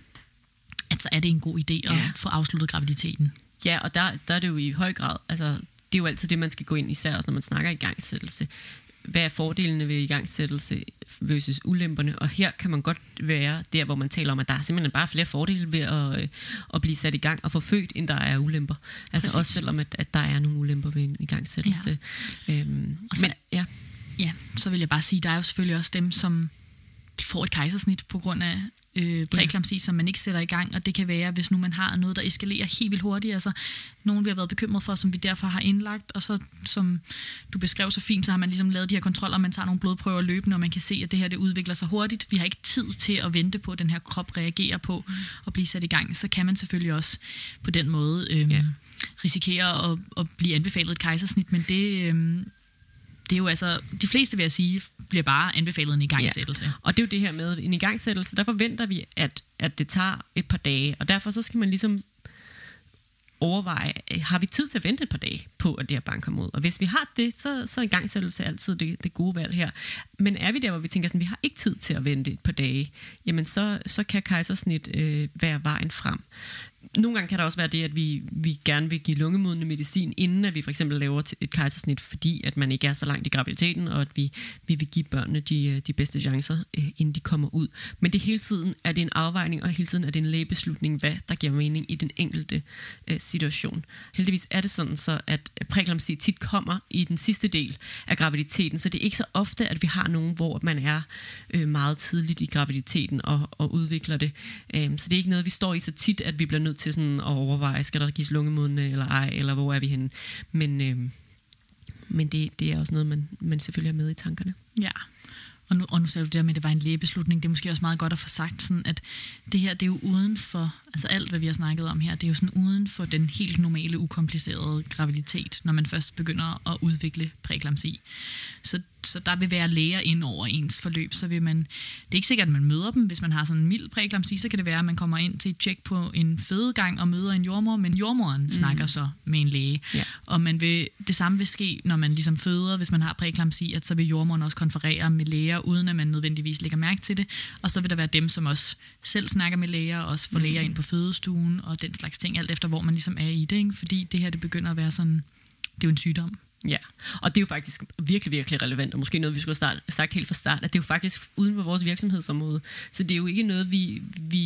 at så er det en god idé at yeah. få afsluttet graviditeten. Ja, og der, der er det jo i høj grad, altså det er jo altid det, man skal gå ind, især også når man snakker igangsættelse. Hvad er fordelene ved igangsættelse versus ulemperne? Og her kan man godt være der, hvor man taler om, at der er simpelthen bare flere fordele ved at, at blive sat i gang og få født, end der er ulemper. Altså Præcis. Også selvom, at, at der er nogle ulemper ved en igangsættelse. Ja. Øhm, og så, men, ja. ja, så vil jeg bare sige, der er jo selvfølgelig også dem, som får et kejsersnit på grund af øh, præeklampsi, som man ikke sætter i gang, og det kan være, hvis nu man har noget, der eskalerer helt vildt hurtigt, altså nogen vi har været bekymret for, som vi derfor har indlagt, og så som du beskrev så fint, så har man ligesom lavet de her kontroller, man tager nogle blodprøver løbende, og man kan se, at det her det udvikler sig hurtigt. Vi har ikke tid til at vente på, at den her krop reagerer på mm. at blive sat i gang. Så kan man selvfølgelig også på den måde øh, ja. risikere at, at blive anbefalet et kejsersnit, men det... Øh, Det er jo altså, de fleste vil jeg sige, bliver bare anbefalet en igangsættelse. Ja. Og det er jo det her med en igangsættelse, der forventer vi, at, at det tager et par dage, og derfor så skal man ligesom overveje, har vi tid til at vente et par dage på, at det her barn kommer ud? Og hvis vi har det, så, så er igangsættelse altid det, det gode valg her. Men er vi der, hvor vi tænker sådan, vi har ikke tid til at vente et par dage, jamen så, så kan kejsersnit øh, være vejen frem. Nogle gange kan der også være det, at vi, vi gerne vil give lungemodende medicin, inden at vi for eksempel laver et kejsersnit, fordi at man ikke er så langt i graviditeten, og at vi, vi vil give børnene de, de bedste chancer, inden de kommer ud. Men det hele tiden er det en afvejning, og hele tiden er det en lægebeslutning, hvad der giver mening i den enkelte øh, situation. Heldigvis er det sådan, så at præeklampsi tit kommer i den sidste del af graviditeten, så det er ikke så ofte, at vi har nogen, hvor man er øh, meget tidligt i graviditeten og, og udvikler det. Øh, så det er ikke noget, vi står i så tit, at vi bliver nødt til sådan at overveje, skal der gives lungemodne eller ej, eller hvor er vi henne. Men, øh, men det, det er også noget, man, man selvfølgelig har med i tankerne. Ja, og nu, og nu sagde du det der med, at det var en lægebeslutning. Det er måske også meget godt at få sagt, sådan, at det her, det er jo uden for, altså alt, hvad vi har snakket om her, det er jo sådan uden for den helt normale, ukomplicerede graviditet, når man først begynder at udvikle præeklampsi. Så, så der vil være læger ind over ens forløb, så vil man, det er ikke sikkert, at man møder dem. Hvis man har sådan en mild præeklampsi, så kan det være, at man kommer ind til et tjek på en fødegang og møder en jordmor, men jordmoren mm. snakker så med en læge. Ja. Og man vil, det samme vil ske, når man ligesom føder, hvis man har præeklampsi, at så vil jordmoren også konferere med læger, uden at man nødvendigvis lægger mærke til det. Og så vil der være dem, som også selv snakker med læger, og også får mm. læger ind på fødestuen og den slags ting, alt efter hvor man ligesom er i det, ikke? Fordi det her, det begynder at være sådan, det er jo en sygdom. Ja, og det er jo faktisk virkelig, virkelig relevant, og måske noget, vi skulle have sagt helt fra start, at det er jo faktisk uden for vores virksomhedsområde. Så det er jo ikke noget, vi, vi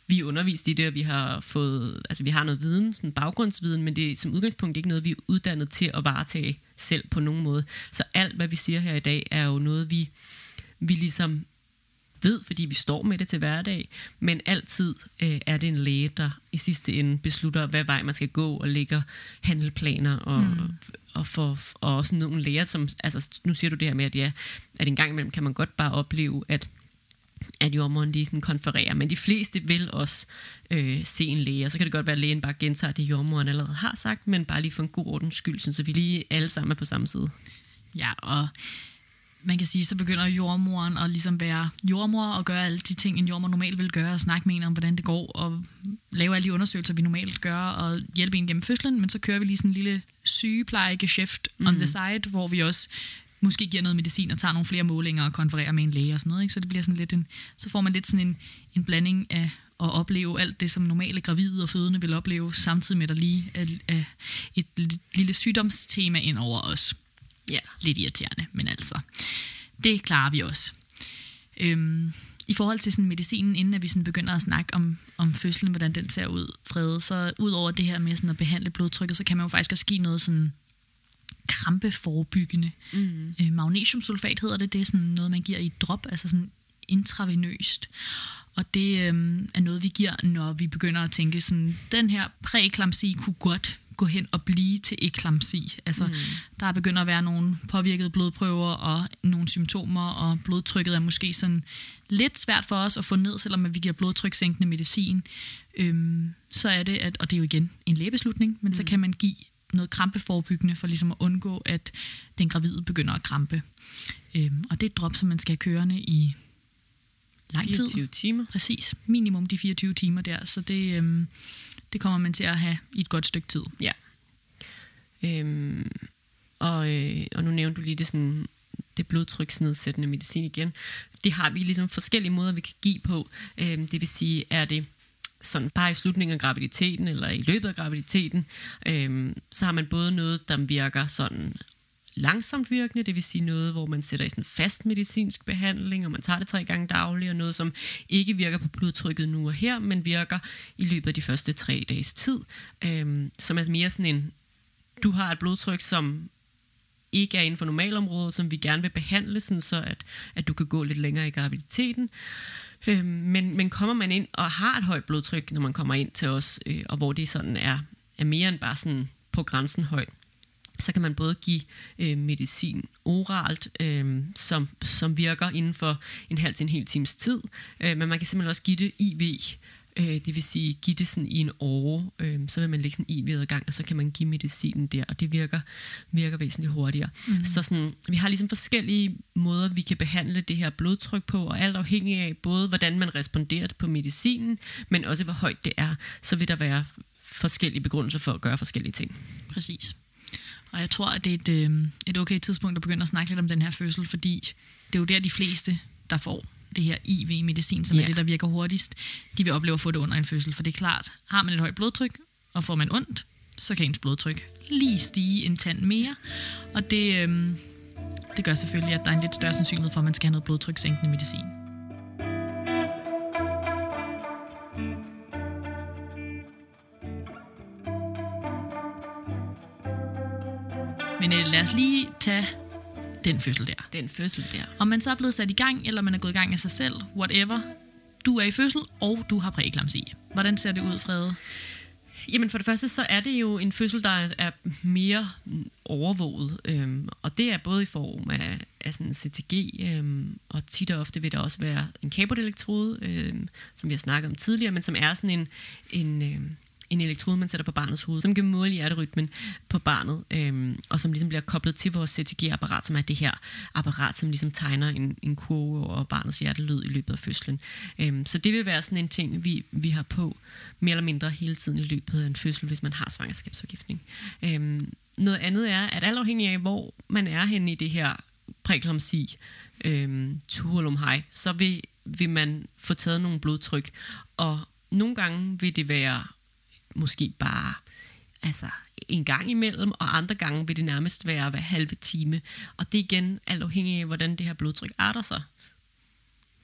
vi er undervist i det, og vi har fået, altså vi har noget viden, sådan baggrundsviden, men det er som udgangspunkt ikke noget, vi er uddannet til at varetage selv på nogen måde. Så alt, hvad vi siger her i dag, er jo noget, vi, vi ligesom ved, fordi vi står med det til hverdag, men altid øh, er det en læge, der i sidste ende beslutter, hvad vej man skal gå, og lægger handelplaner, og, mm. og, og, for, og også nogle læger, som, altså nu siger du det her med, at ja, at en gang imellem kan man godt bare opleve, at at jordemoderen lige sådan konfererer, men de fleste vil også øh, se en læge, og så kan det godt være, at lægen bare gentager det, jordemoderen allerede har sagt, men bare lige for en god ordens skyld, så vi lige alle sammen er på samme side. Ja, og man kan sige, så begynder jordemoderen at ligesom være jordemor og gøre alle de ting, en jordemor normalt vil gøre, og snakke med en om, hvordan det går, og lave alle de undersøgelser, vi normalt gør, og hjælpe en gennem fødslen, men så kører vi lige sådan en lille sygeplejegeschæft mm. on the side, hvor vi også måske giver noget medicin og tager nogle flere målinger og konfererer med en læge og sådan noget, ikke? Så det bliver sådan lidt en, så får man lidt sådan en, en blanding af at opleve alt det, som normale gravide og fødende vil opleve, samtidig med, at der lige er, er et lille sygdomstema ind over os. Ja, lidt irriterende, men altså, det klarer vi også. Øhm, I forhold til sådan medicinen, inden at vi sådan begynder at snakke om, om fødslen, hvordan den ser ud, Frede, så ud over det her med sådan at behandle blodtrykket, så kan man jo faktisk også give noget sådan krampeforebyggende. Mm. Øh, magnesiumsulfat hedder det, det er sådan noget, man giver i et drop, altså sådan intravenøst. Og det øh, er noget, vi giver, når vi begynder at tænke sådan, den her præeklamsi kunne godt gå hen og blive til eklamsi. Altså, mm. der begynder at være nogle påvirkede blodprøver og nogle symptomer, og blodtrykket er måske sådan lidt svært for os at få ned, selvom vi giver blodtrykssænkende medicin. Øhm, så er det, at, og det er jo igen en lægebeslutning, men mm. så kan man give noget krampeforebyggende for ligesom at undgå, at den gravide begynder at krampe. Øhm, og det er et drop, som man skal have kørende i lang tid. fireogtyve timer. Præcis. Minimum de fireogtyve timer der. Så det, øhm, det kommer man til at have i et godt stykke tid. Ja. Øhm, og, øh, og nu nævnte du lige det, sådan, det blodtryksnedsættende medicin igen. Det har vi ligesom forskellige måder, vi kan give på. Øhm, det vil sige, er det sådan bare i slutningen af graviditeten, eller i løbet af graviditeten, øhm, så har man både noget, der virker sådan langsomt virkende, det vil sige noget, hvor man sætter i sådan fast medicinsk behandling, og man tager det tre gange dagligt, og noget, som ikke virker på blodtrykket nu og her, men virker i løbet af de første tre dages tid, øhm, som er mere sådan en, du har et blodtryk, som ikke er inden for normalområdet, som vi gerne vil behandle, sådan så at, at du kan gå lidt længere i graviditeten. Øhm, men, men kommer man ind og har et højt blodtryk, når man kommer ind til os, øh, og hvor det sådan er, er mere end bare sådan på grænsen højt, så kan man både give øh, medicin oralt, øh, som, som virker inden for en halv til en hel times tid, øh, men man kan simpelthen også give det I V, øh, det vil sige give det sådan i en åre, øh, så vil man lægge sådan en I V-adgang, og så kan man give medicinen der, og det virker, virker væsentligt hurtigere. Mm. Så sådan, vi har ligesom forskellige måder, vi kan behandle det her blodtryk på, og alt afhængig af både, hvordan man responderer på medicinen, men også hvor højt det er, så vil der være forskellige begrundelser for at gøre forskellige ting. Præcis. Og jeg tror, at det er et, øh, et okay tidspunkt at begynde at snakke lidt om den her fødsel, fordi det er jo der de fleste, der får det her I V-medicin, som yeah. er det, der virker hurtigst, de vil opleve at få det under en fødsel. For det er klart, har man et højt blodtryk, og får man ondt, så kan ens blodtryk lige stige en tand mere. Og det, øh, det gør selvfølgelig, at der er en lidt større sandsynlighed for, at man skal have noget blodtrykssænkende medicin. Men øh, lad os lige tage den fødsel der. Den fødsel der. Om man så er blevet sat i gang, eller man er gået i gang af sig selv, whatever. Du er i fødsel, og du har præeklamsi. Hvordan ser det ud, Frede? Jamen for det første, så er det jo en fødsel, der er mere overvåget. Øhm, og det er både i form af, af sådan C T G, øhm, og tit og ofte vil der også være en capodelektrode, øhm, som vi har snakket om tidligere, men som er sådan en... en øhm, en elektrode, man sætter på barnets hoved, som kan måle hjerterytmen på barnet, øhm, og som ligesom bliver koblet til vores C T G-apparat, som er det her apparat, som ligesom tegner en, en kurve over barnets hjertelyd i løbet af fødslen. Øhm, så det vil være sådan en ting, vi, vi har på mere eller mindre hele tiden i løbet af en fødsel, hvis man har svangerskabsforgiftning. Øhm, noget andet er, at alt afhængig af, hvor man er henne i det her præeklamsi, øhm, Tuholum high, så vil, vil man få taget nogle blodtryk, og nogle gange vil det være måske bare altså en gang imellem, og andre gange vil det nærmest være hver halve time. Og det er igen alt afhængig af, hvordan det her blodtryk arter sig.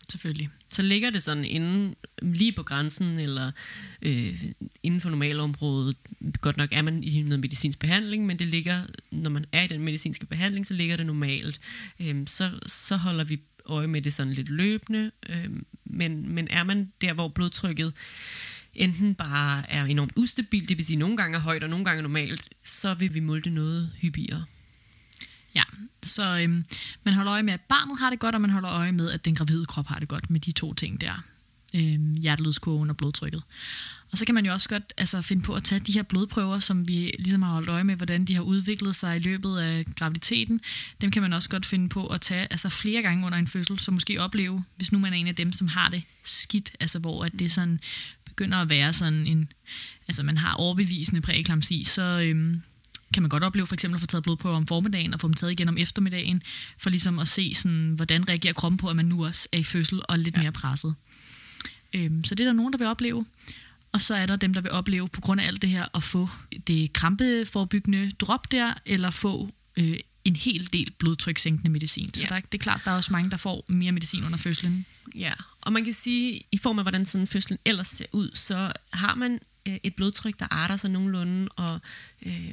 Selvfølgelig. Så ligger det sådan inden, lige på grænsen, eller øh, inden for normalområdet. Godt nok er man i noget medicinsk behandling, men det ligger, når man er i den medicinske behandling, så ligger det normalt. Øh, så, så holder vi øje med det sådan lidt løbende. Øh, men, men er man der, hvor blodtrykket enten bare er enormt ustabilt, det vil sige nogle gange er højt og nogle gange er normalt, så vil vi måle det noget hyppigere. Ja, så øhm, man holder øje med, at barnet har det godt, og man holder øje med, at den gravide krop har det godt med de to ting der. Øhm, hjertelydskurven og blodtrykket. Og så kan man jo også godt altså, finde på at tage de her blodprøver, som vi ligesom har holdt øje med, hvordan de har udviklet sig i løbet af graviditeten. Dem kan man også godt finde på at tage altså, flere gange under en fødsel, så måske opleve, hvis nu man er en af dem, som har det skidt, altså hvor at det sådan begynder at være sådan en, altså man har overbevisende præeklampsi, så øhm, kan man godt opleve for eksempel at få taget blodprøver om formiddagen og få dem taget igen om eftermiddagen, for ligesom at se, sådan, hvordan reagerer kroppen på, at man nu også er i fødsel og er lidt ja. mere presset. Øhm, så det er der nogen, der vil opleve. Og så er der dem, der vil opleve på grund af alt det her at få det krampeforebyggende drop der, eller få øh, en hel del blodtrykssænkende medicin. Så ja. der, det er klart, der er også mange, der får mere medicin under fødslen. Ja, og man kan sige, i form af hvordan sådan fødslen ellers ser ud, så har man øh, et blodtryk, der arter sig nogenlunde, og øh,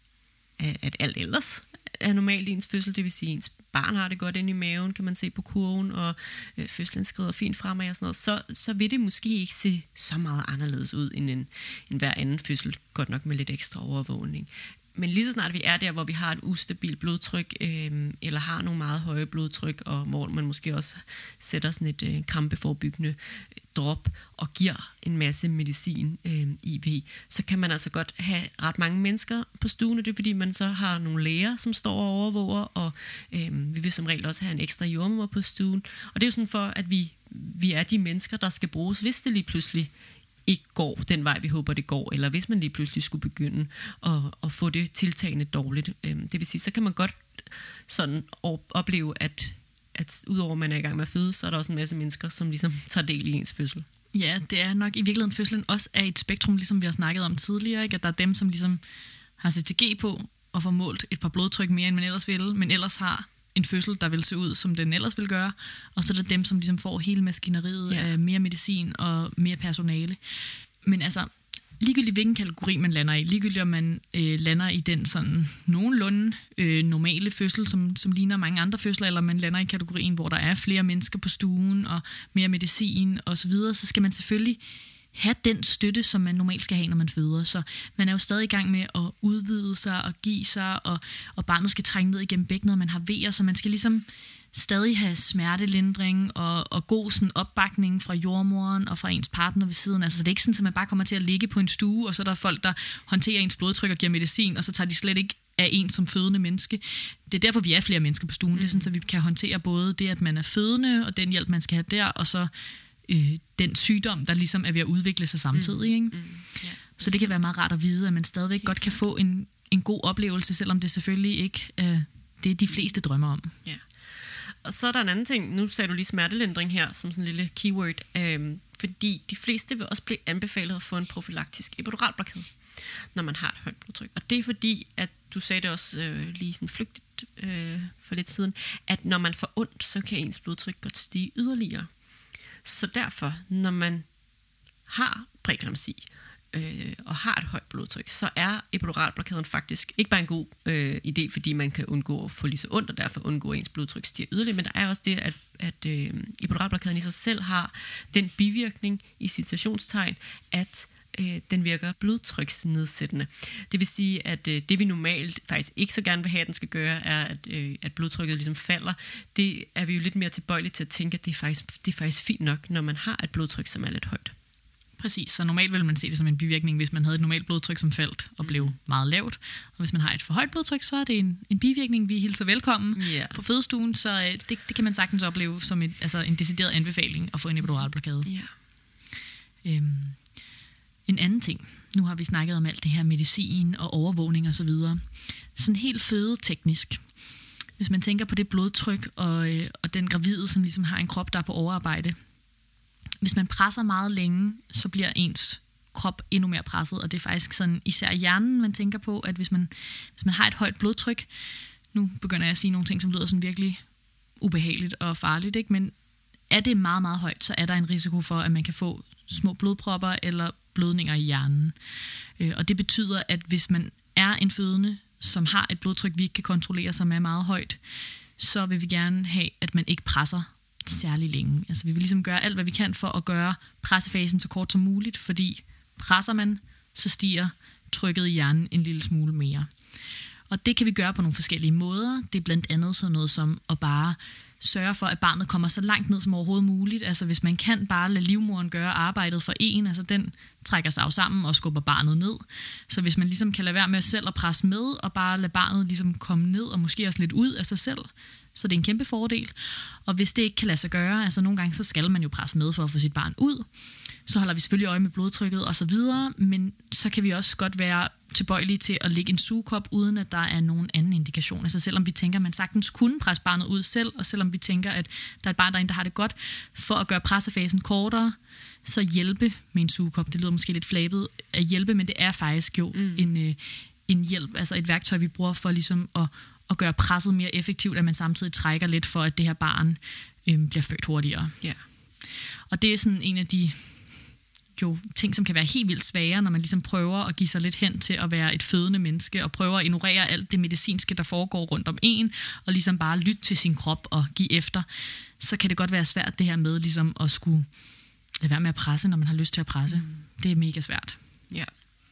at alt ellers er normalt i ens fødsel, det vil sige, at ens barn har det godt inde i maven, kan man se på kurven, og øh, fødslen skrider fint fremad og sådan noget, så, så vil det måske ikke se så meget anderledes ud end, en, end hver anden fødsel, godt nok med lidt ekstra overvågning. Men lige så snart vi er der, hvor vi har et ustabilt blodtryk, øh, eller har nogle meget høje blodtryk, og hvor man måske også sætter sådan et øh, krampeforebyggende drop og giver en masse medicin, øh, I V, så kan man altså godt have ret mange mennesker på stuen, og det er fordi, man så har nogle læger, som står og overvåger, og øh, vi vil som regel også have en ekstra jordmor på stuen. Og det er jo sådan for, at vi, vi er de mennesker, der skal bruges, hvis det lige pludselig ikke går den vej, vi håber, det går, eller hvis man lige pludselig skulle begynde at, at få det tiltagende dårligt. Det vil sige, så kan man godt sådan opleve, at, at udover at man er i gang med at føde, så er der også en masse mennesker, som ligesom tager del i ens fødsel. Ja, det er nok i virkeligheden fødslen også er et spektrum, ligesom vi har snakket om tidligere, ikke? At der er dem, som ligesom har C T G på og får målt et par blodtryk mere, end man ellers ville, men ellers har en fødsel, der vil se ud, som den ellers vil gøre. Og så er der dem, som ligesom får hele maskineriet ja. af mere medicin og mere personale. Men altså, ligegyldigt hvilken kategori man lander i, ligegyldigt om man øh, lander i den sådan nogenlunde øh, normale fødsel, som, som ligner mange andre fødsler, eller man lander i kategorien, hvor der er flere mennesker på stuen og mere medicin og så videre, så skal man selvfølgelig have den støtte, som man normalt skal have, når man føder. Så man er jo stadig i gang med at udvide sig og give sig, og, og barnet skal trænge ned igennem bækkenet, og man har vejer, så man skal ligesom stadig have smertelindring og, og god sådan opbakning fra jordmoren og fra ens partner ved siden. Altså, så det er ikke sådan, at man bare kommer til at ligge på en stue, og så er der folk, der håndterer ens blodtryk og giver medicin, og så tager de slet ikke af en som fødende menneske. Det er derfor, vi er flere mennesker på stuen. Mm. Det er sådan, at vi kan håndtere både det, at man er fødende, og den hjælp, man skal have der, og så øh, den sygdom, der ligesom er ved at udvikle sig samtidig. Ikke? Mm. Mm. Yeah. Så det kan være meget rart at vide, at man stadigvæk yeah. godt kan få en, en god oplevelse, selvom det selvfølgelig ikke er det, de fleste drømmer om. Ja. Yeah. Og så er der en anden ting, nu sagde du lige smertelindring her, som sådan en lille keyword, øhm, fordi de fleste vil også blive anbefalet at få en profylaktisk epiduralblokade, når man har et højt blodtryk. Og det er fordi, at du sagde det også øh, lige sådan flygtigt øh, for lidt siden, at når man får ondt, så kan ens blodtryk godt stige yderligere. Så derfor, når man har præeklampsi, Øh, og har et højt blodtryk, så er epiduralblokaden faktisk ikke bare en god øh, idé, fordi man kan undgå at få lige så ondt, og derfor undgå, at ens blodtryk stiger yderligere, men der er også det, at, at øh, epiduralblokaden i sig selv har den bivirkning i citationstegn, at øh, den virker blodtryksnedsættende. Det vil sige, at øh, det vi normalt faktisk ikke så gerne vil have, at den skal gøre, er, at, øh, at blodtrykket ligesom falder. Det er vi jo lidt mere tilbøjelige til at tænke, at det er, faktisk, det er faktisk fint nok, når man har et blodtryk, som er lidt højt. Præcis, så normalt vil man se det som en bivirkning, hvis man havde et normalt blodtryk, som faldt og blev meget lavt. Og hvis man har et for højt blodtryk, så er det en, en bivirkning, vi hilser velkommen yeah. på fødestuen. Så øh, det, det kan man sagtens opleve som et, altså en decideret anbefaling at få en epiduralblokade. Yeah. Øhm, en anden ting, nu har vi snakket om alt det her medicin og overvågning og så videre. Sådan helt fødeteknisk. Hvis man tænker på det blodtryk og, øh, og den gravide, som ligesom har en krop, der er på overarbejde. Hvis man presser meget længe, så bliver ens krop endnu mere presset, og det er faktisk sådan især hjernen, man tænker på, at hvis man, hvis man har et højt blodtryk, nu begynder jeg at sige nogle ting, som lyder sådan virkelig ubehageligt og farligt, ikke? Men er det meget, meget højt, så er der en risiko for, at man kan få små blodpropper eller blødninger i hjernen. Øh, og det betyder, at hvis man er en fødende, som har et blodtryk, vi ikke kan kontrollere, som er meget højt, så vil vi gerne have, at man ikke presser særlig længe. Altså vi vil ligesom gøre alt, hvad vi kan for at gøre pressefasen så kort som muligt, fordi presser man, så stiger trykket i hjernen en lille smule mere. Og det kan vi gøre på nogle forskellige måder. Det er blandt andet sådan noget som at bare sørge for, at barnet kommer så langt ned som overhovedet muligt. Altså hvis man kan bare lade livmoderen gøre arbejdet for en, altså den trækker sig af sammen og skubber barnet ned. Så hvis man ligesom kan lade være med selv at presse med, og bare lade barnet ligesom komme ned, og måske også lidt ud af sig selv, så det er en kæmpe fordel. Og hvis det ikke kan lade sig gøre, altså nogle gange, så skal man jo presse med for at få sit barn ud. Så holder vi selvfølgelig øje med blodtrykket og så videre, men så kan vi også godt være tilbøjelige til at lægge en sugekop, uden at der er nogen anden indikation. Altså selvom vi tænker, at man sagtens kunne presse barnet ud selv, og selvom vi tænker, at der er et barn derinde, der har det godt, for at gøre pressefasen kortere, så hjælpe med en sugekop. Det lyder måske lidt flabet at hjælpe, men det er faktisk jo mm. en, øh, en hjælp, altså et værktøj, vi bruger for ligesom at, at gøre presset mere effektivt, at man samtidig trækker lidt for, at det her barn øh, bliver født hurtigere. Yeah. Og det er sådan en af de jo ting, som kan være helt vildt svære, når man ligesom prøver at give sig lidt hen til at være et fødende menneske, og prøver at ignorere alt det medicinske, der foregår rundt om en, og ligesom bare lytte til sin krop og give efter. Så kan det godt være svært det her med ligesom at skulle lade være med at presse, når man har lyst til at presse. Mm. Det er mega svært. Ja.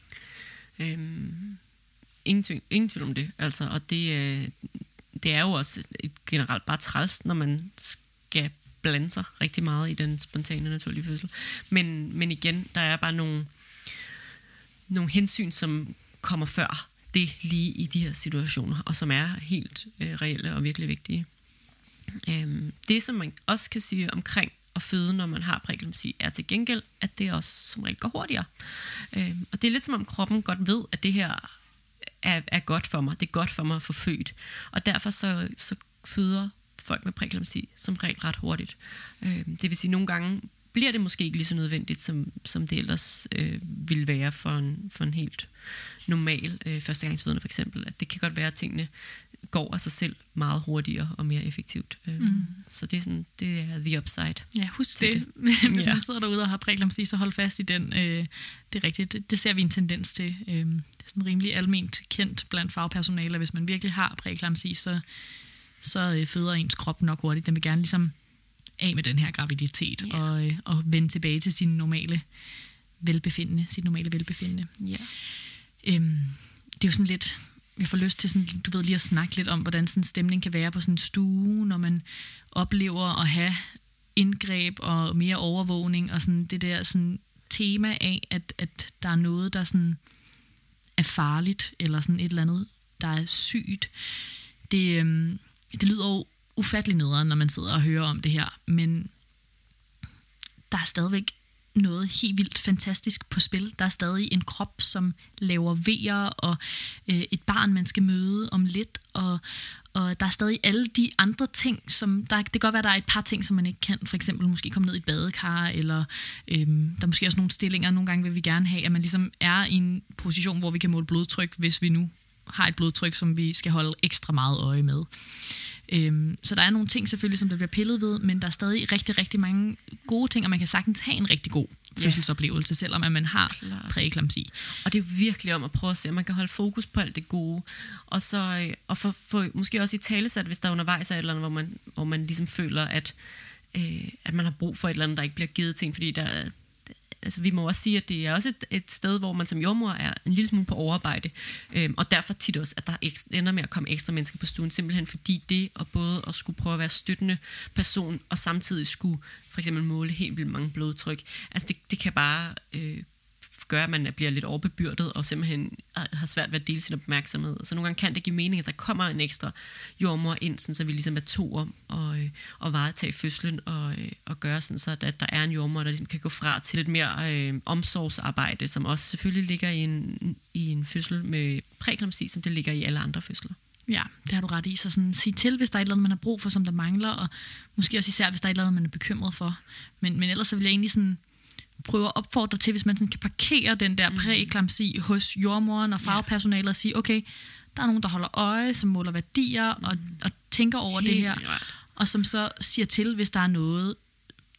Øhm, ingen, tvivl, ingen tvivl om det. Altså, og det, øh, det er jo også generelt bare træls, når man skal blande sig rigtig meget i den spontane naturlige fødsel. Men, men igen, der er bare nogle, nogle hensyn, som kommer før det lige i de her situationer, og som er helt øh, reelle og virkelig vigtige. Øhm, det, som man også kan sige omkring at føde, når man har præeklampsi, er til gengæld, at det også som regel går hurtigere. Øhm, og det er lidt som om kroppen godt ved, at det her er, er godt for mig. Det er godt for mig at få født. Og derfor så, så føder folk med præeklampsi som regel ret hurtigt. Øh, det vil sige, nogle gange bliver det måske ikke lige så nødvendigt, som, som det ellers øh, ville være for en, for en helt normal øh, førstegangsfødende for eksempel. At det kan godt være, at tingene går af sig selv meget hurtigere og mere effektivt. Øh, mm. Så det er, sådan, det er the upside. Ja, husk det. det. Hvis ja. man sidder derude og har præeklampsi, så hold fast i den. Øh, det er rigtigt. Det, det ser vi en tendens til. Øh, det er sådan rimelig alment kendt blandt fagpersonale, hvis man virkelig har præeklampsi, så så føder ens krop nok hurtigt. Den vil gerne ligesom af med den her graviditet yeah. og, og vende tilbage til sin normale velbefindende, sit normale velbefindende. Yeah. Øhm, det er jo sådan lidt, jeg får lyst til sådan, du ved lige at snakke lidt om, hvordan sådan en stemning kan være på sådan en stue, når man oplever at have indgreb og mere overvågning og sådan det der sådan tema af, at, at der er noget, der sådan er farligt, eller sådan et eller andet, der er sygt. Det, øhm, det lyder jo ufattelig nederen, når man sidder og hører om det her, men der er stadigvæk noget helt vildt fantastisk på spil. Der er stadig en krop, som laver vejer, og øh, et barn, man skal møde om lidt, og, og der er stadig alle de andre ting, som der, det kan godt være, der er et par ting, som man ikke kan, for eksempel måske komme ned i et badekar, eller øh, der er måske også nogle stillinger, nogle gange vil vi gerne have, at man ligesom er i en position, hvor vi kan måle blodtryk, hvis vi nu har et blodtryk, som vi skal holde ekstra meget øje med. Øhm, så der er nogle ting selvfølgelig, som der bliver pillet ved, men der er stadig rigtig, rigtig mange gode ting, og man kan sagtens have en rigtig god fødselsoplevelse, selvom at man har præeklampsi. Og det er virkelig om at prøve at se, at man kan holde fokus på alt det gode, og så og for, for, måske også i talesat, hvis der undervejs er et eller andet, hvor man, hvor man ligesom føler, at, øh, at man har brug for et eller andet, der ikke bliver givet ting, fordi der altså vi må også sige, at det er også et, et sted, hvor man som jordmor er en lille smule på overarbejde, øhm, og derfor tit også, at der ekstra, ender med at komme ekstra mennesker på stuen, simpelthen fordi det, og både at skulle prøve at være støttende person, og samtidig skulle for eksempel måle helt vildt mange blodtryk, altså det, det kan bare øh, gøre, at man bliver lidt overbebyrdet, og simpelthen har svært ved at dele sin opmærksomhed. Så nogle gange kan det give mening, at der kommer en ekstra jordmor ind, sådan, så vi ligesom er to om og, og varetage fødslen, og, og gøre sådan, så at der er en jordmor, der ligesom kan gå fra til lidt mere øh, omsorgsarbejde, som også selvfølgelig ligger i en, i en fødsel med præeklampsi, som det ligger i alle andre fødsler. Ja, det har du ret i. Så sådan, sig til, hvis der er et eller andet, man har brug for, som der mangler, og måske også især, hvis der er et eller andet, man er bekymret for. Men, men ellers så vil jeg egentlig sådan prøve at opfordre til, hvis man sådan kan parkere den der præeklampsi hos jordmoren og fagpersonalet og sige, okay, der er nogen, der holder øje, som måler værdier og, og tænker over Helt det her, right. og som så siger til, hvis der er noget,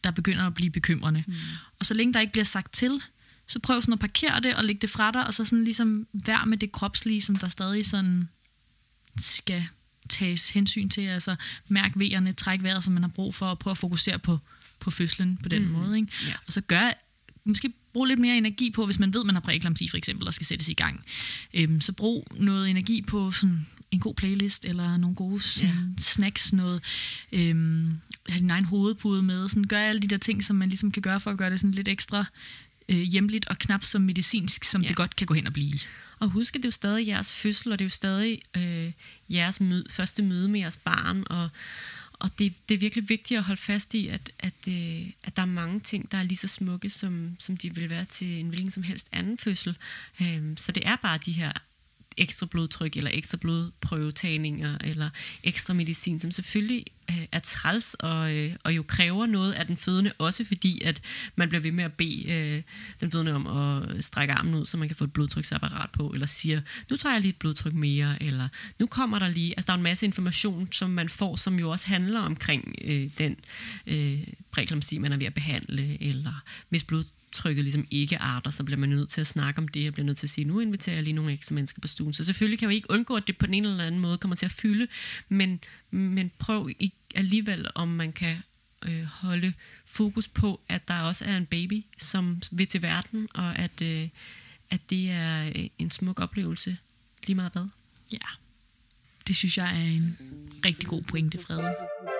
der begynder at blive bekymrende. Mm. Og så længe der ikke bliver sagt til, så prøv sådan at parkere det og lægge det fra dig, og så sådan ligesom vær med det kropslige, som der stadig sådan skal tages hensyn til. Altså mærk vejerne, træk vejret, som man har brug for, og prøve at fokusere på, på fødslen på den mm. måde. Ikke? Ja. Og så gør måske brug lidt mere energi på, hvis man ved, man har præeklampsi for eksempel, og skal sættes i gang. Øhm, så brug noget energi på sådan en god playlist, eller nogle gode sådan, ja. snacks, noget, øhm, have din egen hovedpude med, sådan, gør alle de der ting, som man ligesom kan gøre for at gøre det sådan lidt ekstra øh, hjemligt og knap så medicinsk, som ja. det godt kan gå hen og blive. Og husk, at det er jo stadig jeres fødsel, og det er jo stadig øh, jeres møde, første møde med jeres barn, og Og det, det er virkelig vigtigt at holde fast i, at, at, øh, at der er mange ting, der er lige så smukke, som, som de vil være til en hvilken som helst anden fødsel. Um, så det er bare de her ekstra blodtryk, eller ekstra blodprøvetagninger, eller ekstra medicin, som selvfølgelig øh, er træls, og, øh, og jo kræver noget af den fødende, også fordi, at man bliver ved med at bede øh, den fødende om at strække armen ud, så man kan få et blodtryksapparat på, eller siger, nu tager jeg lige et blodtryk mere, eller nu kommer der lige, altså der er en masse information, som man får, som jo også handler omkring øh, den øh, præeklampsi, man er ved at behandle, eller hvis blod trykket ligesom ikke arter, så bliver man nødt til at snakke om det, og bliver nødt til at sige, nu inviterer jeg lige nogle ekstra mennesker på stuen. Så selvfølgelig kan man ikke undgå, at det på den ene eller anden måde kommer til at fylde, men, men prøv alligevel, om man kan øh, holde fokus på, at der også er en baby, som vil til verden, og at, øh, at det er en smuk oplevelse, lige meget hvad. Ja, det synes jeg er en rigtig god pointe, Frede.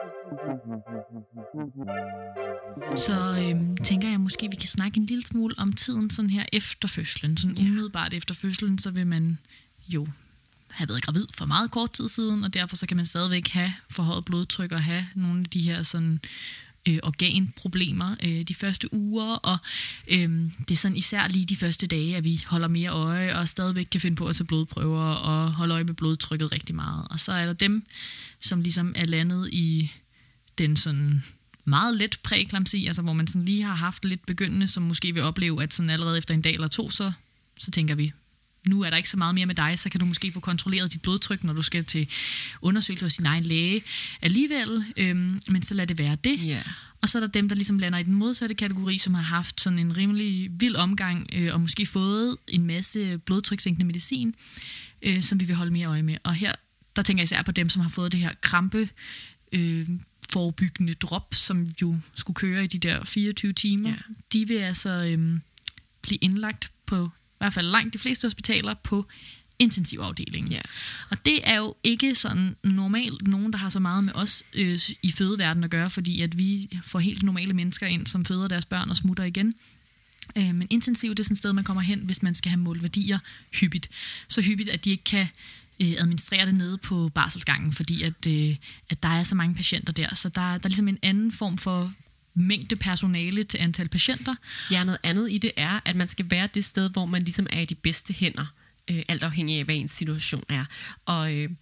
Så øhm, tænker jeg måske, vi kan snakke en lille smule om tiden sådan her efter fødslen. Sådan ja. umiddelbart efter fødslen, så vil man jo have været gravid for meget kort tid siden, og derfor så kan man stadigvæk have forhøjet blodtryk og have nogle af de her sådan øh, organproblemer øh, de første uger, og øh, det er sådan især lige de første dage, at vi holder mere øje og stadigvæk kan finde på at tage blodprøver og holde øje med blodtrykket rigtig meget. Og så er der dem, som ligesom er landet i den sådan meget let præeklampsi, altså hvor man sådan lige har haft lidt begyndende, som måske vil opleve, at sådan allerede efter en dag eller to, så, så tænker vi, nu er der ikke så meget mere med dig, så kan du måske få kontrolleret dit blodtryk, når du skal til undersøgelse hos sin egen læge alligevel, øhm, men så lad det være det. Yeah. Og så er der dem, der ligesom lander i den modsatte kategori, som har haft sådan en rimelig vild omgang, øh, og måske fået en masse blodtrykssænkende medicin, øh, som vi vil holde mere øje med. Og her, der tænker jeg især på dem, som har fået det her krampe, øh, forebyggende drop, som jo skulle køre i de der fireogtyve timer. Yeah. De vil altså øh, blive indlagt på i hvert fald langt de fleste hospitaler på intensivafdelingen. Yeah. Og det er jo ikke sådan normalt nogen, der har så meget med os øh, i fødeverdenen at gøre, fordi at vi får helt normale mennesker ind, som føder deres børn og smutter igen. Øh, men intensiv, det er sådan et sted, man kommer hen, hvis man skal have målt værdier hyppigt. Så hyppigt, at de ikke kan øh, administrere det nede på barselsgangen, fordi at, øh, at der er så mange patienter der. Så der, der er ligesom en anden form for mængde personale til antal patienter. Ja, noget andet i det er, at man skal være det sted, hvor man ligesom er i de bedste hænder, øh, alt afhængig af, hvad ens situation er. Og, øh,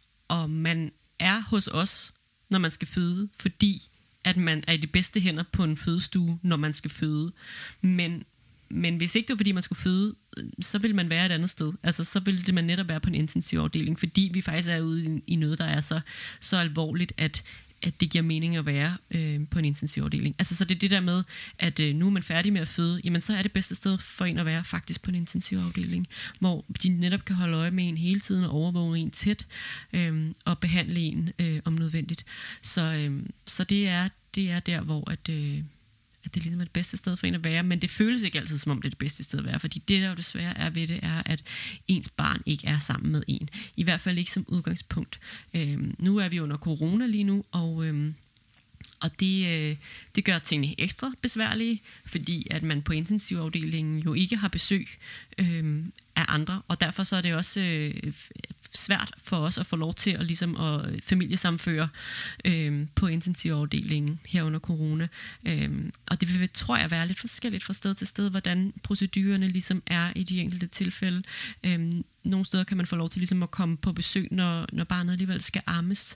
og man er hos os, når man skal føde, fordi at man er i de bedste hænder på en fødestue, når man skal føde. Men, men hvis ikke det var, fordi man skulle føde, så vil man være et andet sted. Altså, så vil det man netop være på en intensivafdeling, fordi vi faktisk er ude i, i noget, der er så, så alvorligt, at at det giver mening at være øh, på en intensivafdeling. Altså, så det er det der med, at øh, nu er man færdig med at føde, jamen så er det bedste sted for en at være faktisk på en intensivafdeling, hvor de netop kan holde øje med en hele tiden og overvåge en tæt øh, og behandle en øh, om nødvendigt. Så, øh, så det, er, det er der, hvor at, øh, at det ligesom er det bedste sted for en at være, men det føles ikke altid, som om det er det bedste sted at være, fordi det, der jo desværre er ved det, er, at ens barn ikke er sammen med en. I hvert fald ikke som udgangspunkt. Øhm, nu er vi under corona lige nu, og, øhm, og det, øh, det gør tingene ekstra besværlige, fordi at man på intensivafdelingen jo ikke har besøg øhm, af andre, og derfor så er det også øh, svært for os at få lov til at, ligesom at familiesamføre øh, på intensivafdelingen her under corona. Øh, og det vil, tror jeg, være lidt forskelligt fra sted til sted, hvordan procedurerne ligesom er i de enkelte tilfælde. Øh, nogle steder kan man få lov til ligesom at komme på besøg, når, når barnet alligevel skal ammes.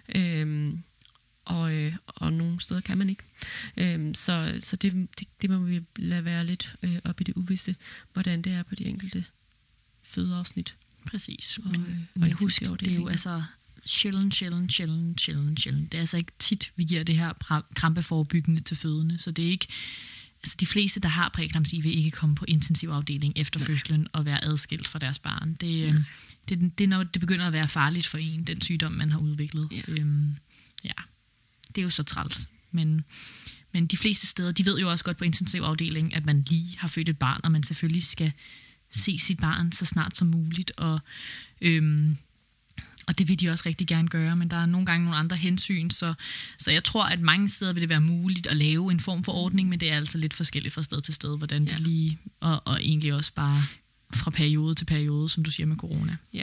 Øh, og, øh, og nogle steder kan man ikke. Øh, så så det, det, det må vi lade være lidt øh, op i det uvisse, hvordan det er på de enkelte fødeafsnit. Præcis, men, og, men husk, det er jo altså sjældent, sjældent, sjældent, sjældent, sjældent. Det er altså ikke tit, vi giver det her krampeforebyggende til fødende, så det er ikke... Altså de fleste, der har præeklampsi, vil ikke komme på intensivafdeling efter Nej. fødslen og være adskilt fra deres barn. Det, øh, det, det er når det begynder at være farligt for en, den sygdom, man har udviklet. Ja, øhm, ja. Det er jo så træls. Men, men de fleste steder, de ved jo også godt på intensivafdelingen, at man lige har født et barn, og man selvfølgelig skal se sit barn så snart som muligt. Og, øhm, og det vil de også rigtig gerne gøre, men der er nogle gange nogle andre hensyn, så, så jeg tror, at mange steder vil det være muligt at lave en form for ordning, men det er altså lidt forskelligt fra sted til sted, hvordan ja. det lige, og, og egentlig også bare fra periode til periode, som du siger med corona. Ja.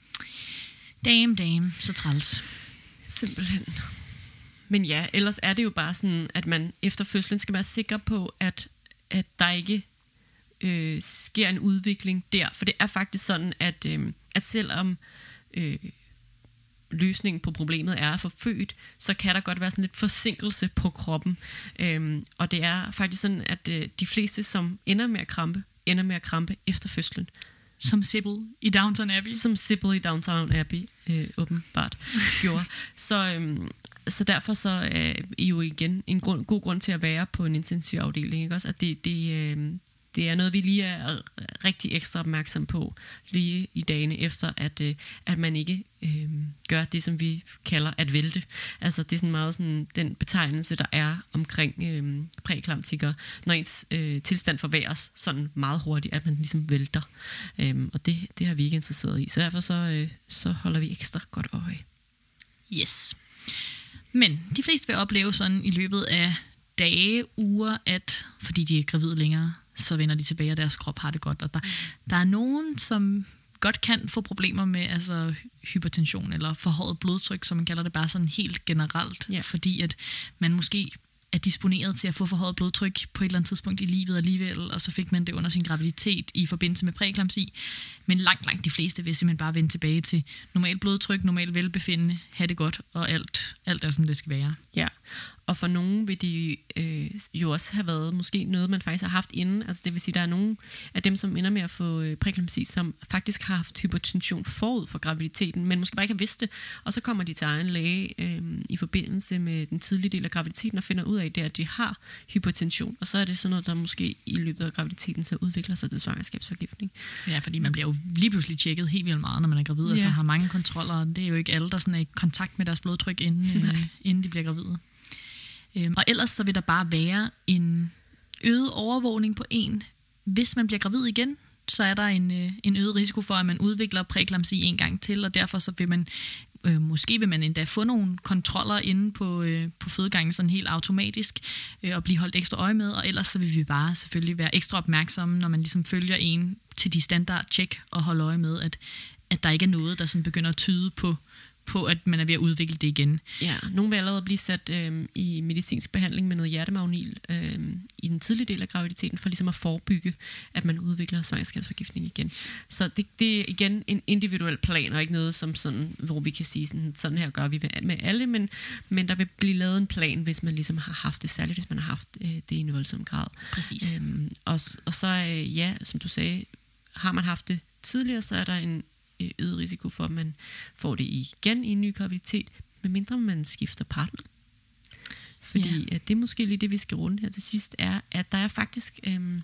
Damn, damn, så træls. Simpelthen. Men ja, ellers er det jo bare sådan, at man efter fødslen skal være sikker på, at, at der ikke øh, sker en udvikling der. For det er faktisk sådan, at, øh, at selvom øh, løsningen på problemet er at få født, så kan der godt være sådan lidt forsinkelse på kroppen. Øh, og det er faktisk sådan, at øh, de fleste, som ender med at krampe, ender med at krampe efter fødslen. Som Sybil i Downton Abbey. Som Sybil i Downton Abbey øh, åbenbart gjorde. Så, øhm, så derfor så er I jo igen en grund, god grund til at være på en intensivafdeling. Ikke også? At det, det, øh, det er noget, vi lige er rigtig ekstra opmærksom på lige i dagene efter, at, øh, at man ikke øh, gør det, som vi kalder at vælte. Altså det er sådan meget sådan, den betegnelse, der er omkring øh, præeklamptikere, når ens øh, tilstand forværres sådan meget hurtigt, at man ligesom vælter. Øh, og det, det har vi ikke interesseret i. Så derfor så, øh, så holder vi ekstra godt øje. Yes. Men de fleste vil opleve sådan i løbet af dage, uger, at fordi de er gravide længere, så vender de tilbage, og deres krop har det godt. Og der, der er nogen, som godt kan få problemer med altså, hypertension eller forhøjet blodtryk, som man kalder det bare sådan helt generelt, ja. fordi at man måske er disponeret til at få forhøjet blodtryk på et eller andet tidspunkt i livet alligevel, og så fik man det under sin graviditet i forbindelse med præeklampsi. Men langt, langt de fleste vil simpelthen bare vende tilbage til normal blodtryk, normal velbefindende, have det godt, og alt, alt er, som det skal være. Ja, og for nogen vil det øh, jo også have været måske noget, man faktisk har haft inden. Altså det vil sige, der er nogen af dem, som ender med at få øh, præeklampsi, som faktisk har haft hypertension forud for graviditeten, men måske bare ikke har vidst det. Og så kommer de til egen læge øh, i forbindelse med den tidlige del af graviditeten og finder ud af det, at de har hypertension. Og så er det sådan noget, der måske i løbet af graviditeten så udvikler sig til svangerskabsforgiftning. Ja, fordi man bliver jo lige pludselig tjekket helt vildt meget, når man er gravid, ja. Altså har mange kontroller. Det er jo ikke alle, der sådan er i kontakt med deres blodtryk, inden, øh, inden de bliver gravide. Øhm, og ellers så vil der bare være en øget overvågning på en. Hvis man bliver gravid igen, så er der en, øh, en øget risiko for, at man udvikler præeklampsi en gang til, og derfor så vil man øh, måske vil man endda få nogle kontroller inde på, øh, på fødegangen sådan helt automatisk øh, og blive holdt ekstra øje med, og ellers så vil vi bare selvfølgelig være ekstra opmærksomme, når man ligesom følger en til de standard-check og holde øje med, at, at der ikke er noget, der sådan begynder at tyde på, på, at man er ved at udvikle det igen. Ja, nogle vil allerede blive sat øh, i medicinsk behandling med noget hjertemagnil øh, i den tidlige del af graviditeten, for ligesom at forebygge, at man udvikler svangerskabsforgiftning igen. Så det, det er igen en individuel plan, og ikke noget, som sådan, hvor vi kan sige, sådan, sådan her gør vi med alle, men, men der vil blive lavet en plan, hvis man ligesom har haft det, særligt hvis man har haft øh, det i en voldsom grad. Præcis. Øhm, og, og så, øh, ja, som du sagde, har man haft det tidligere, så er der en øget risiko for, at man får det igen i en ny graviditet, medmindre man skifter partner. Fordi ja. at det er måske lige det, vi skal runde her til sidst, er, at der er faktisk øhm,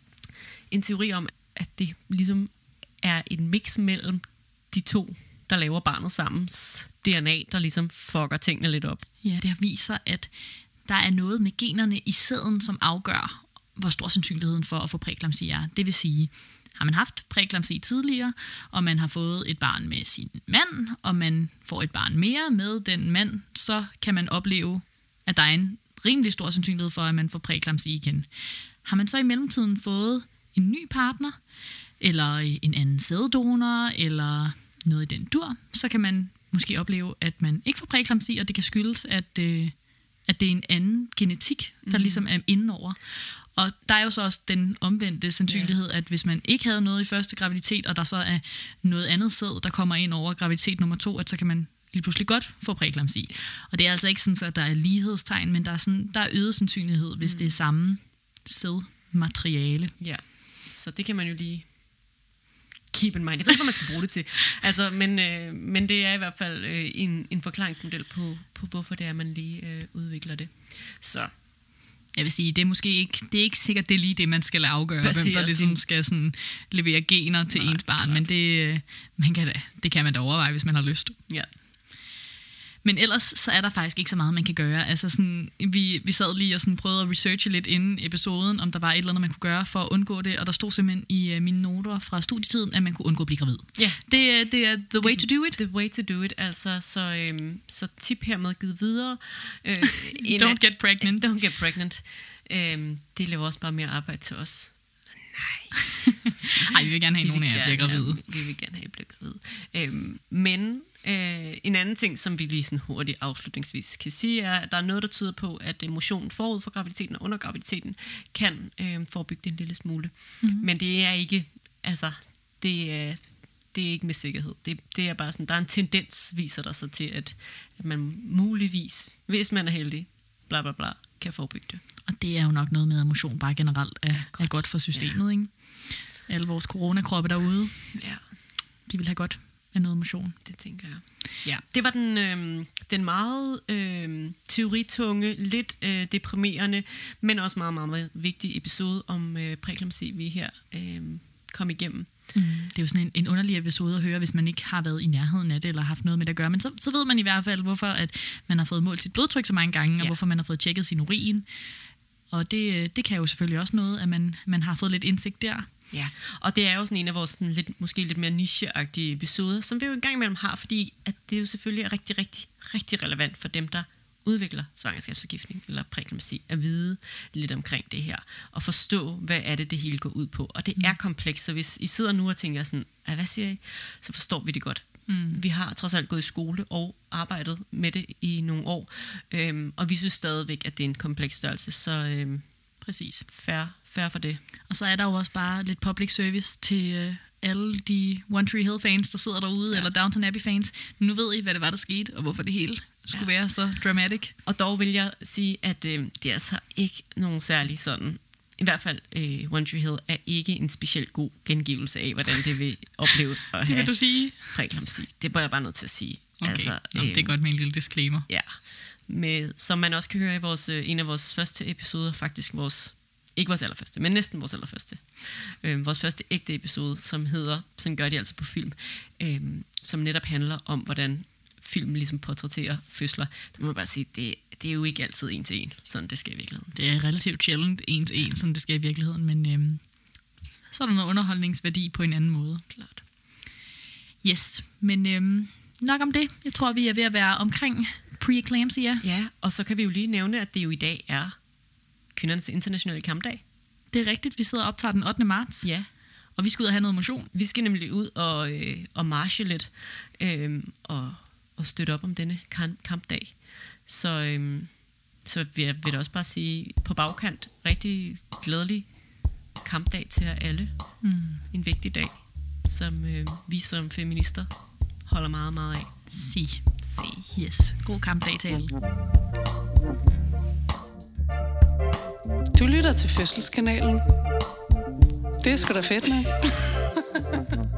en teori om, at det ligesom er en mix mellem de to, der laver barnet sammens D N A, der ligesom fucker tingene lidt op. Ja, det viser, at der er noget med generne i sæden, som afgør, hvor stor sandsynligheden for at få præeklampsi er. Det vil sige, har man haft præeklampsi tidligere, og man har fået et barn med sin mand, og man får et barn mere med den mand, så kan man opleve, at der er en rimelig stor sandsynlighed for, at man får præeklampsi igen. Har man så i mellemtiden fået en ny partner, eller en anden sæddonor, eller noget i den dur, så kan man måske opleve, at man ikke får præeklampsi, og det kan skyldes, at, øh, at det er en anden genetik, der mm-hmm. ligesom er indenover. Og der er jo så også den omvendte sandsynlighed, yeah. at hvis man ikke havde noget i første graviditet, og der så er noget andet sæd, der kommer ind over graviditet nummer to, at så kan man lige pludselig godt få præeklampsi. Og det er altså ikke sådan, at der er lighedstegn, men der er, sådan, der er øget sandsynlighed, hvis mm. det er samme sædmateriale. Ja, så det kan man jo lige keep in mind. Jeg ved ikke, hvad man skal bruge det til. Altså, men, øh, men det er i hvert fald øh, en, en forklaringsmodel på, på, hvorfor det er, man lige øh, udvikler det. Så jeg vil sige, det er måske ikke, det er ikke sikkert, det er lige det, man skal afgøre, Præcis, hvem der ligesom skal sådan levere gener til Nej, ens barn, klart. men det, man kan da, det kan man da overveje, hvis man har lyst. ja. Men ellers så er der faktisk ikke så meget, man kan gøre. Altså sådan, vi, vi sad lige og sådan prøvede at researche lidt inden episoden, om der var et eller andet, man kunne gøre for at undgå det, og der stod simpelthen i uh, mine noter fra studietiden, at man kunne undgå at blive gravid. Ja. Det, det er the way to do it. The way to do it, altså. Så, øhm, så tip hermed givet videre. Øh, Don't get pregnant. Don't get pregnant. Øhm, det laver også bare mere arbejde til os. Nej. Ej, vi vil gerne have, Vi nogen vil af jer bliver gerne gravide. have- Vi vil gerne have, at I bliver gravide. Øhm, men øh, en anden ting, som vi lige sådan hurtigt afslutningsvis kan sige, er, at der er noget, der tyder på, at motion forud for graviditeten og under graviditeten kan øh, forebygge det en lille smule. Mm-hmm. Men det er ikke, altså, det er, det er ikke med sikkerhed. Det, det er bare sådan, der er en tendens, viser der sig til, at, at man muligvis, hvis man er heldig, bla bla bla, kan forebygge det. Og det er jo nok noget med, at motion bare generelt er, godt. er godt for systemet, ja. Ikke? Alle vores coronakroppe derude, Ja. de vil have godt af noget motion. Det tænker jeg. Ja, det var den, øh, den meget øh, teoritunge, lidt øh, deprimerende, men også meget, meget, meget vigtige episode om øh, præeklamsi, vi her øh, kom igennem. Mm. Det er jo sådan en, en underlig episode at høre, hvis man ikke har været i nærheden af det, eller haft noget med det at gøre. Men så, så ved man i hvert fald, hvorfor at man har fået målt sit blodtryk så mange gange, ja. Og hvorfor man har fået tjekket sin urin. Og det, det kan jo selvfølgelig også noget, at man, man har fået lidt indsigt der. Ja, og det er jo sådan en af vores sådan lidt, måske lidt mere nicheagtige episoder, som vi jo engang imellem har, fordi at det jo selvfølgelig er rigtig, rigtig, rigtig relevant for dem, der udvikler svangerskabsforgiftning eller præeklamsi, at vide lidt omkring det her, og forstå, hvad er det, det hele går ud på. Og det er komplekst, så hvis I sidder nu og tænker sådan, hvad siger I? Så forstår vi det godt. Mm. Vi har trods alt gået i skole og arbejdet med det i nogle år, øhm, og vi synes stadigvæk, at det er en kompleks størrelse, så øhm, Præcis. fair, fair for det. Og så er der jo også bare lidt public service til øh, alle de One Tree Hill fans, der sidder derude, ja. Eller Downton Abbey fans. Nu ved I, hvad det var, der skete, og hvorfor det hele skulle ja. være så dramatic. Og dog vil jeg sige, at øh, det er altså ikke nogen særlig sådan, i hvert fald øh, One Tree Hill er ikke en specielt god gengivelse af, hvordan det vil opleves at Det have vil du sige? præeklamsi. Det er jeg bare nødt til at sige. Okay, altså, Nå, det er godt med en lille disclaimer. Ja, med, som man også kan høre i vores, øh, en af vores første episoder, faktisk vores, ikke vores allerførste, men næsten vores allerførste. Øh, vores første ægte episode, som hedder, sådan gør de altså på film, øh, som netop handler om, hvordan film ligesom portrætterer fødsler. Det må jeg bare sige, det, det er jo ikke altid en til en, sådan det skal i virkeligheden. Det er relativt sjældent en til en, sådan det skal i virkeligheden, men øhm, så er der noget underholdningsværdi på en anden måde. Klart. Yes, men øhm, nok om det. Jeg tror, vi er ved at være omkring pre-eclampsia. Ja, og så kan vi jo lige nævne, at det jo i dag er kvindernes internationale kampdag. Det er rigtigt, vi sidder og optager den ottende marts, Ja. og vi skal ud og have noget motion. Vi skal nemlig ud og, øh, og marche lidt, øh, og, og støtte op om denne kamp- kampdag. Så, øh, så vil jeg vil da også bare sige, på bagkant, rigtig glædelig kampdag til jer alle. Mm. En vigtig dag, som øh, vi som feminister holder meget, meget af. Sig. Se. Yes, god kampdag til alle. Du lytter til Fødselskanalen. Det er sgu da fedt, nok.